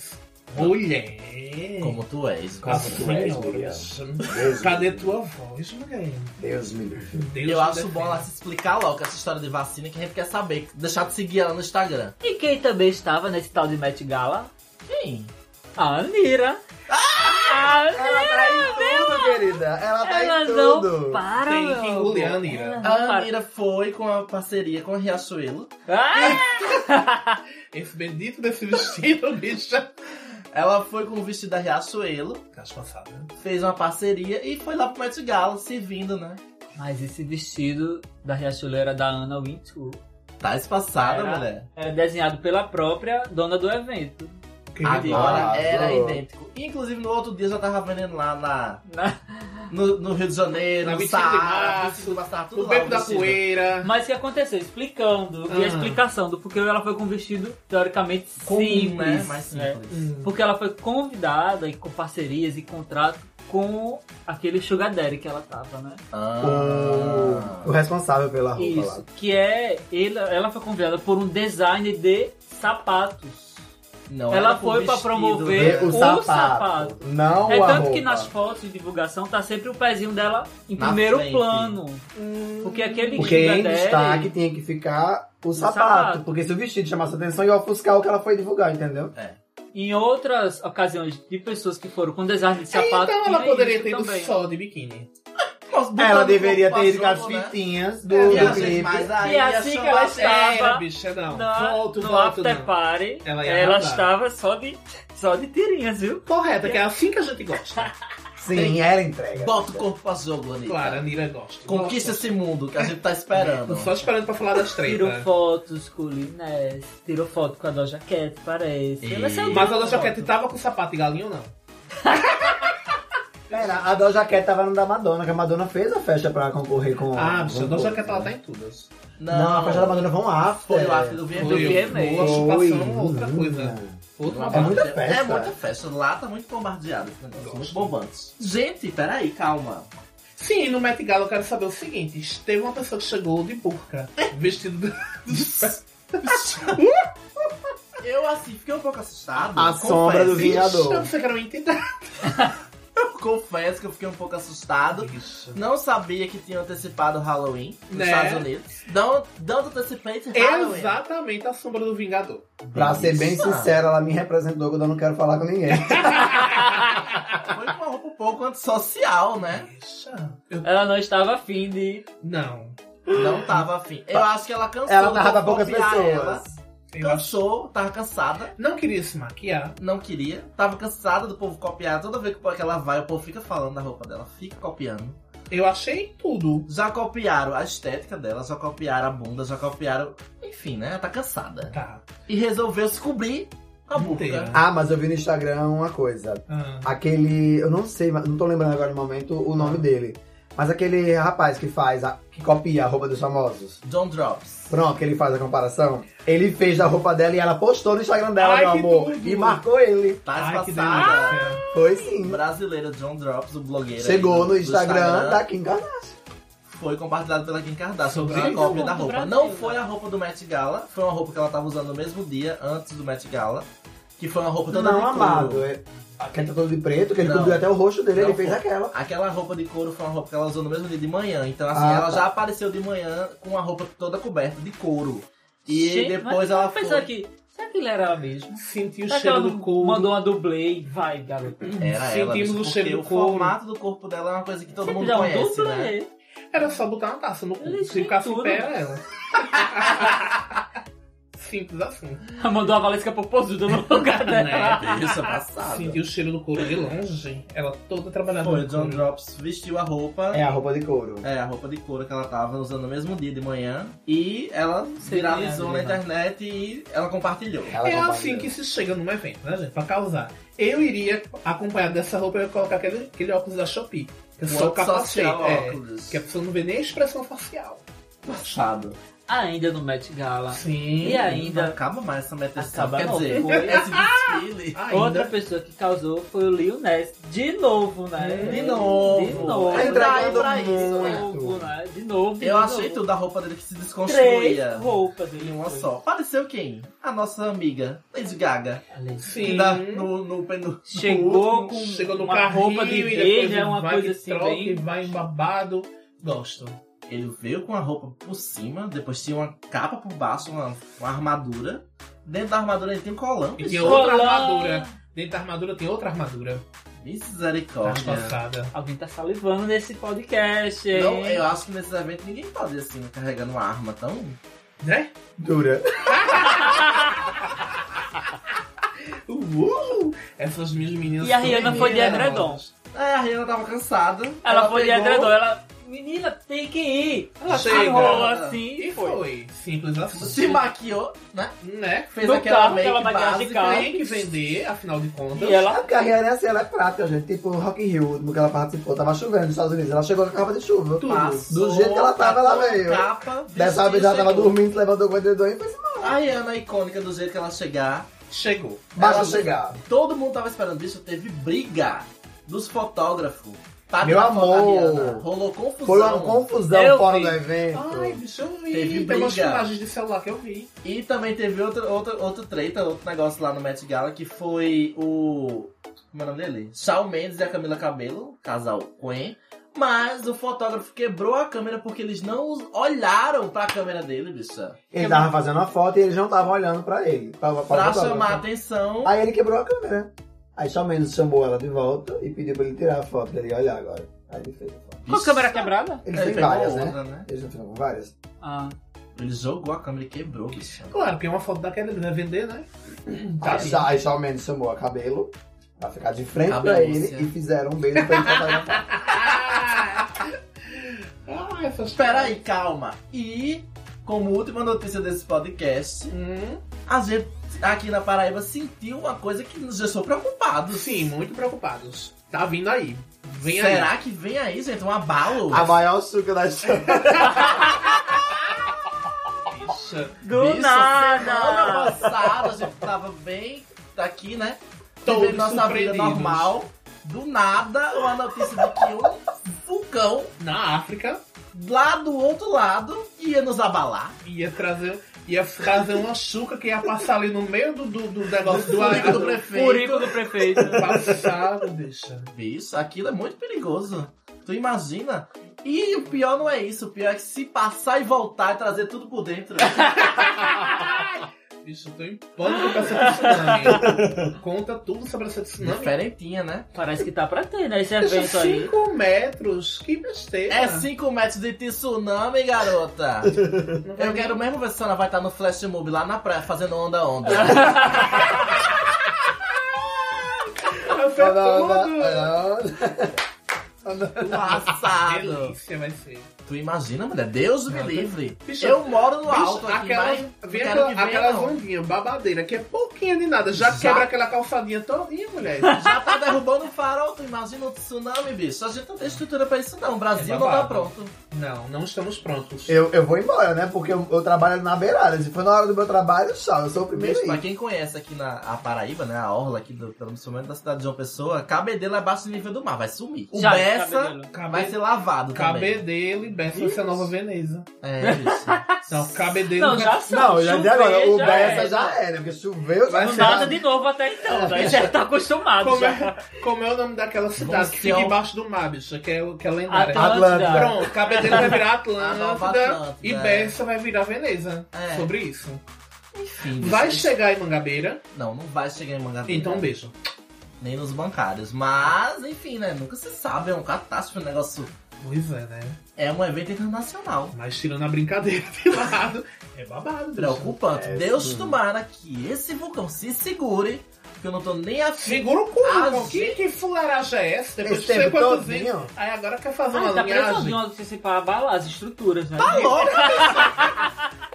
Mulher. Como tu és. Como tu és, Senhoras. Deus Cadê me tua voz, mulher? Deus me livre. Deus Eu te acho defenda. bom ela se explicar logo essa história de vacina que a gente quer saber. Deixar de seguir ela no Instagram. E quem também estava nesse tal de Met Gala? Quem? A Anira. A Ela tá em tudo, querida. Ela tá Ela em não tudo. para, Tem meu que engolir a amor. Anira. Ela não A para. Anira foi com a parceria com a Riachuelo. Ah! Esse bendito desse vestido, bicha. Ela foi com o vestido da Riachuelo, Caso passado, né? fez uma parceria e foi lá pro Met Gala, servindo, né? Mas esse vestido da Riachuelo era da Anna Wintour. Tá espaçada, Era- mulher. Era desenhado pela própria dona do evento. Agora Arrasou. era idêntico. Inclusive no outro dia eu já tava vendendo lá no Rio de Janeiro, Na no 25 de Saara, março, tava tudo O lá. beco o da vestido. poeira. Mas o que aconteceu? Explicando. E a explicação do porquê ela foi com um vestido teoricamente Comum, simples. né? Mais simples. Porque ela foi convidada e com parcerias e contrato com aquele Sugar Daddy que ela tava, né? O responsável pela roupa Isso. lá. Que é. Ela foi convidada por um designer de sapatos. Não, Ela era com foi pra vestido, promover né? O sapato. Não É a tanto roupa. que nas fotos de divulgação tá sempre o pezinho dela em Na primeiro frente. plano. Porque aquele Porque Sugar em Daddy- destaque tinha que ficar o sapato. sapato. Porque se o vestido chamasse atenção, ia ofuscar o que ela foi divulgar, entendeu? Em outras ocasiões de pessoas que foram com design de sapato, Então ela tinha poderia isso ter ido também. só de biquíni. Nossa, botando Ela o deveria corpo ter ido com pra as jogo, né? fitinhas do, E do a gente, clipe. mas aí E ia assim que chamar ela atenção. estava- Era, bicha, não. Volto, No volto, after não. party, Ela ia ela arrasar. estava só de tirinhas, viu? Correto, que é assim que a gente gosta. Sim, ela entrega. Bota o corpo pra jogo, Anitta. Claro, a Nira gosta. Conquista esse mundo que a gente tá esperando. Tô só esperando pra falar das Tirou tretas. fotos com o Lil Nas, tirou foto com a Doja Cat, parece. E- Ela saiu Mas a tirando Doja Cat foto. tava com sapato e galinha ou não? Pera, a Doja Cat tava no da Madonna, que a Madonna fez a festa pra concorrer com... Ah, bicha, a com Doja o- Cat ela tá em todas. Não, a festa da Madonna foi um after. Foi o after do VMA. Foi. VMA. Boa Foi. chupação, outra coisa. Outra É muita parte. festa. É muita festa. Lá tá muito bombardeado esse negócio. Muito bombante. Gente, peraí, calma. Sim, no Met Gala eu quero saber o seguinte. Teve uma pessoa que chegou de burca, vestido Eu, assim, fiquei um pouco assustado. A sombra do Confesso. Vingador. Eu sei que era uma entidade. Eu confesso que eu fiquei um pouco assustado. Não sabia que tinha antecipado o Halloween nos Né? Estados Unidos. Don't anticipate Halloween. Exatamente a sombra do Vingador. Pra ser bem Nossa. sincero, ela me representou quando eu não quero falar com ninguém. Foi com uma roupa um pouco antissocial, né? Bicha. Eu... Ela não estava afim de... Não. Não tava afim. Eu acho que ela cansou. Ela do tava pra povo poucas copiar pessoas. ela. Eu acho... Cansou, tava cansada. Não queria se maquiar. Não queria. Tava cansada do povo copiar. Toda vez que ela vai, o povo fica falando da roupa dela. Fica copiando. Eu achei tudo. Já copiaram a estética dela, já copiaram a bunda, já copiaram... Enfim, né? Ela tá cansada. Tá. E resolveu se cobrir com a Inteira. burca. Ah, mas eu vi no Instagram uma coisa. Ah. Aquele... Eu não sei, não tô lembrando agora no momento o nome dele. Mas aquele rapaz que faz, que copia a roupa dos famosos. John Drops. Pronto, que ele faz a comparação. Ele fez da roupa dela e ela postou no Instagram dela, Ai, meu que amor. tudo. E marcou ele. Tá Ai, que passada. delícia. Foi sim. Brasileiro John Drops, o blogueiro. Chegou aí no do Instagram da Kim Kardashian. Foi compartilhado pela Kim Kardashian. Sobre A isso. cópia da Do roupa. Brasil, Não né? foi a roupa do Met Gala. Foi uma roupa que ela tava usando no mesmo dia, antes do Met Gala. Que foi uma roupa toda Não, de couro. amado. Aquele tá todo de preto, que ele Não. cobriu até o rosto dele, Não ele fez foi. aquela. Aquela roupa de couro foi uma roupa que ela usou no mesmo dia de manhã. Então, assim, Ah, ela tá. já apareceu de manhã com a roupa toda coberta de couro. E Gente, depois mas ela pensou foi... aqui, será que ele era ela mesma? Senti o Será que cheiro ela do couro. mandou uma dublê e vai, garota? Era ela, Sentimos bicho, o porque cheiro do o couro. formato do corpo dela é uma coisa que todo Você mundo fizer um conhece, né? dublê. Era só botar uma taça no cu. Eles Se têm ficasse em tudo. pé, era ela. Simples assim. Mandou a Valesca Popozuda no lugar dela. Né? Isso é passado. Senti o cheiro do couro de longe. Ela toda trabalhada Foi, no John couro. Drops vestiu a roupa. É a roupa de couro. É, a roupa de couro que ela tava usando no mesmo dia de manhã. E ela Sei viralizou quem é, na internet e ela compartilhou. Ela É compartilhou. assim que se chega num evento, né, gente? Pra causar. Eu iria, acompanhado dessa roupa, eu ia colocar aquele óculos da Shopee. Que é O só o óculos capacete. social, É, óculos. que a pessoa não vê nem a expressão facial. Passado. ainda no Met Gala. Sim. E ainda... Não acaba mais essa metação. Acaba Quer não, dizer, foi. esse desfile. Outra pessoa que causou foi o Lil Nas. De novo, né? De novo. De novo. Tá entregando pra isso, De né? novo, né? De novo. Eu de achei novo. tudo a roupa dele que se 3 desconstruía. roupas Em dele. uma foi. só. Pareceu quem? A nossa amiga, Lady Gaga. Sim. Que dá no Chegou com Chegou no uma carrinho roupa de e depois igreja, uma vai coisa que assim troca bem... e vai em babado. Gosto. Ele veio com a roupa por cima, depois tinha uma capa por baixo, uma armadura. Dentro da armadura ele tem um colão. E bicho. tem outra Colã. armadura. Dentro da armadura tem outra armadura. Misericórdia. Passada. Alguém tá salivando nesse podcast, hein? Não, eu acho que nesses eventos ninguém pode ir assim, carregando uma arma tão... Né? Dura. Essas minhas meninas. E a Rihanna foi de meninas. edredom. A Rihanna tava cansada. Ela foi de pegou- edredom, ela... Menina, tem que ir. Ela Chega. agarrou assim E foi. Simples assim. Se maquiou, né? Né? Fez No aquela carro, make aquela maquiagem de básica. carro. Tem que vender, afinal de contas. E ela... A carreira é assim, ela é prática, gente. Tipo, Rock in Rio, o último que ela participou, tava chovendo nos Estados Unidos. Ela chegou com a capa de chuva. Passou, Do jeito que ela tava, ela catou veio. Capa, Dessa vez ela tava dormindo, levantou o edredom e foi embora. A Rihanna icônica do jeito que ela chegar. Chegou. Basta Ela- chegar. Todo mundo tava esperando, bicho. Teve briga dos fotógrafos. Pra Meu tirar foto da amor. Rihanna. Rolou confusão. Foi uma confusão Eu fora vi. do evento. Ai, bicho, eu vi. Teve Tem umas briga. filmagens de celular que eu vi. E também teve outro treta, outro negócio lá no Met Gala, que foi o... Como é o nome dele? Shawn Mendes e a Camila Cabello, casal Quen. Mas o fotógrafo quebrou a câmera porque eles não olharam pra câmera dele, bicho. Ele tava fazendo a foto e eles não estavam olhando pra ele. Pra Pra chamar a atenção. Aí ele quebrou a câmera. Aí Shawn Mendes chamou ela de volta e pediu pra ele tirar a foto dele e olhar agora. Aí ele fez a foto. Com a câmera quebrada? Eles Ele têm pegou várias, outra, né? né? Eles não ficam com várias? Ah. Ele jogou a câmera e quebrou, bicho. Claro, porque uma foto daquela ele vai vender, né? Tá Aí Shawn Mendes chamou a Cabelo pra ficar de frente pra Cabelúcia. ele e fizeram um beijo pra ele fotografar. essas Espera aí, calma. E, como última notícia desse podcast, a gente aqui na Paraíba sentiu uma coisa que nos deixou preocupados. Sim, muito preocupados. Tá vindo aí. Vem aí. Será que vem aí, gente? Um abalo? A maior suca da história. Bicha. Do Bicho, nada! Semana passada a gente tava bem aqui, né? Todos Vivendo nossa vida surpreendidos. normal. Do nada, uma notícia de que um vulcão Na África, lá do outro lado ia nos abalar. ia trazer uma chuca que ia passar ali no meio do negócio do Furico do do prefeito. Furico do prefeito. passado, bicha. Bicho, aquilo é muito perigoso. Tu imagina? E o pior não é isso. O pior é que se passar e voltar e trazer tudo por dentro. Bicho, eu tô em pânico com essa tsunami. Conta tudo sobre essa tsunami. Diferentinha, né? Parece que tá pra ter, né? Esse Bicha, evento aí. 5 metros. Que besteira. É 5 metros de tsunami, garota. Eu quero mesmo ver se a senhora vai estar no flash mob lá na praia fazendo onda-onda. Vai ser tudo. Passado. Delícia vai ser. Tu imagina, mulher? Deus me Não, livre. bicho, eu moro no Bicho, alto aqui, mas não vem quero que venha, aquelas não. ondinhas, babadeira, que é pouquinho de nada. Já quebra aquela calçadinha todinha, mulher. Já tá derrubando o farol, tu imagina um tsunami, bicho. A gente não tem estrutura pra isso não, o Brasil É não tá babado. pronto. Não estamos prontos. Eu vou embora, né? Porque eu trabalho na beirada. Se for na hora do meu trabalho, tchau. Eu sou o primeiro Bicho, pra a ir. quem conhece aqui a Paraíba, né, a orla aqui, pelo menos da cidade de João Pessoa, Cabedelo é abaixo do nível do mar, vai sumir. O Já, Bessa Cabedelo. vai ser lavado também. Cabedelo e Bessa vai ser a nova Veneza. É, bicho. Não, Cabedelo Não, já Não, já de agora. O já Bessa é. já era, porque choveu. Vai Não ser nada de novo até então, né? Já tá acostumado. Já. Como é o nome daquela cidade que fica Monção. embaixo do mar, bicho, que é lendária. Atlântida. Pronto, Cabedelo vai virar A nova Atlântida Atlântida, e é. Bessa vai virar Veneza. É. Sobre isso. Enfim, bicho, Vai isso- chegar em Mangabeira, Não vai chegar em Mangabeira. então um beijo. Nem nos bancários. Mas, enfim, né? Nunca se sabe, é um catástrofe, um negócio. Pois é, né? É um evento internacional. Mas tirando a brincadeira de lado, é babado, bicho. Preocupante. É, Deus sim. tomara que esse vulcão se segure, porque eu não tô nem afim. Segura o cu, Ah, irmão. Que fuleiragem é essa? Depois Esse de sei tempo quantos todinho? anos. Aí agora quer fazer Ah, uma tá precisando de linhagem. uma notícia pra abalar as estruturas, né? Tá louco?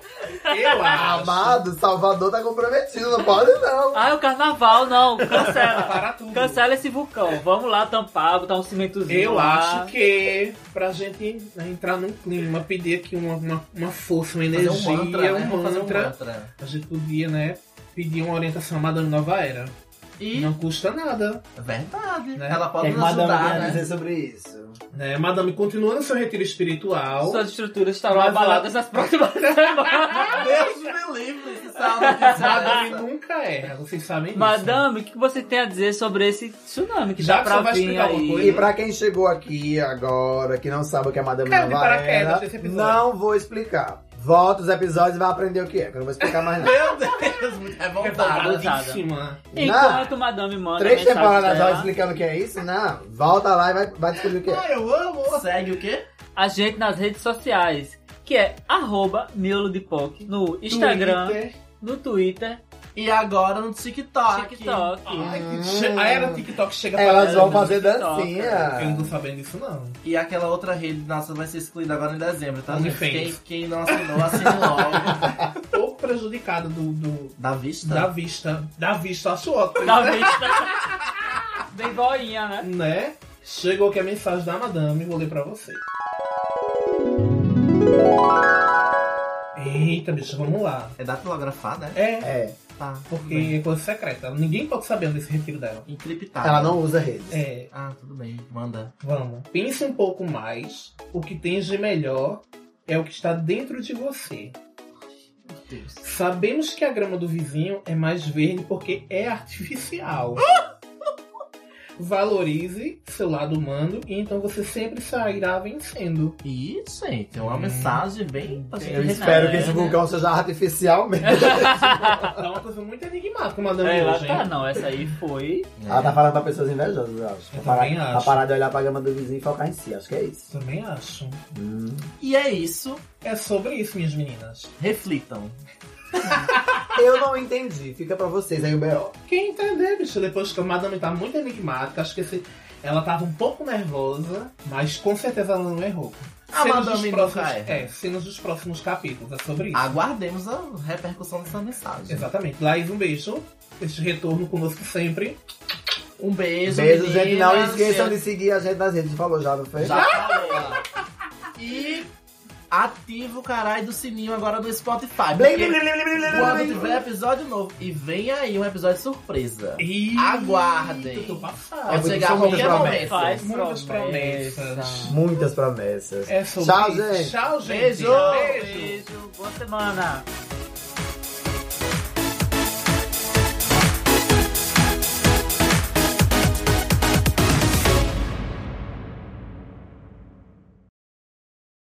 Eu acho. Amado, Salvador tá comprometido, não pode não. Ah, é o carnaval, não. Cancela. Para tudo. Cancela esse vulcão. Vamos lá tampar, botar um cimentozinho Eu lá. acho que pra gente entrar num clima, pedir aqui uma força, uma energia, Fazer um mantra, né? um Vamos fazer um mantra, mantra. a gente podia, né, pedir uma orientação à Madame Nova Era. E Não custa nada, é verdade. Né? Ela O pode que nos Madame ajudar, tem a né? dizer sobre isso? né? Madame continua no seu retiro espiritual. Suas estruturas estarão Mas abaladas nas próximas semanas. Deus me livre se essa notícia Madame dessa. nunca erra, vocês sabem disso. Madame, o que você tem a dizer sobre esse tsunami que Já tá que só pra vai vir explicar uma aí? coisa. E pra quem chegou aqui agora, que não sabe o que é Madame Caiu de Nova paraquedas Era, nesse episódio. não vou explicar. Volta os episódios e vai aprender o que é, que eu não vou explicar mais nada. Meu Deus, muito revoltado. Revoltadíssima. Enquanto Madame manda 3 mensagem temporadas já dela, explicando o que é isso? Não. Volta lá e vai descobrir o que é. Ai, eu amo. Segue o quê? a gente nas redes sociais, que é @miolodepoc no Instagram, Twitter. no Twitter, E agora no TikTok. TikTok. Ai, a era TikTok chega pra Elas vão no fazer TikTok. Eu não dancinha. tô sabendo disso, não. E aquela outra rede nossa vai ser excluída agora em dezembro, tá, gente? OnlyFans. Quem não assinou, assine logo. Pouco prejudicado Da vista? da vista. Da vista, acho ótimo. Da vista. Bem boinha, né? Né? Chegou aqui a mensagem da Madame, vou ler pra você. Eita, bicho, vamos lá. É datilografar, né? É, É, Tá. porque é coisa secreta. Ninguém pode saber desse retiro dela. Encriptado. ela não usa redes. É, Ah, tudo bem. Manda. vamos. Pense um pouco mais. O que tens de melhor é o que está dentro de você. Meu Deus. Sabemos que a grama do vizinho é mais verde porque é artificial. Valorize seu lado humano e então você sempre sairá vencendo. E, gente, é uma mensagem bem... Eu espero que esse vulcão seja artificial mesmo. É uma coisa muito enigmática, Madame Ela hoje, tá, hein? não, essa aí foi. Ela tá falando pra pessoas invejosas, eu acho. Eu Pra também parar, pra acho. parar de olhar pra gama do vizinho e focar em si. Acho que é isso. Também acho. E é isso. É sobre isso, minhas meninas. Reflitam. Eu não entendi. Fica pra vocês aí o B.O. Quem entender, bicho, depois que a Madame tá muito enigmática, acho que ela tava um pouco nervosa, mas com certeza ela não errou. A Cenas Madame dos nunca próximos, erra. cenas dos próximos capítulos, é sobre isso. Aguardemos a repercussão dessa mensagem. Exatamente. Laís, um beijo. Este retorno conosco sempre. Um beijo, Beijo, gente. Não meninas. esqueçam de seguir a gente nas redes. Falou já, não foi? Já falou. E ativa o caralho do sininho agora do Spotify. Blim, Porque blim, blim, blim, blim, blim, quando blim. tiver episódio novo. E vem aí um episódio surpresa. E... Aguardem. Tô passado. Pode chegar a são muitas qualquer promessas. momento. Faz Muitas promessas. promessas. Muitas promessas. É sobre Tchau, isso. gente. Tchau, gente. Beijo. Beijo, boa semana.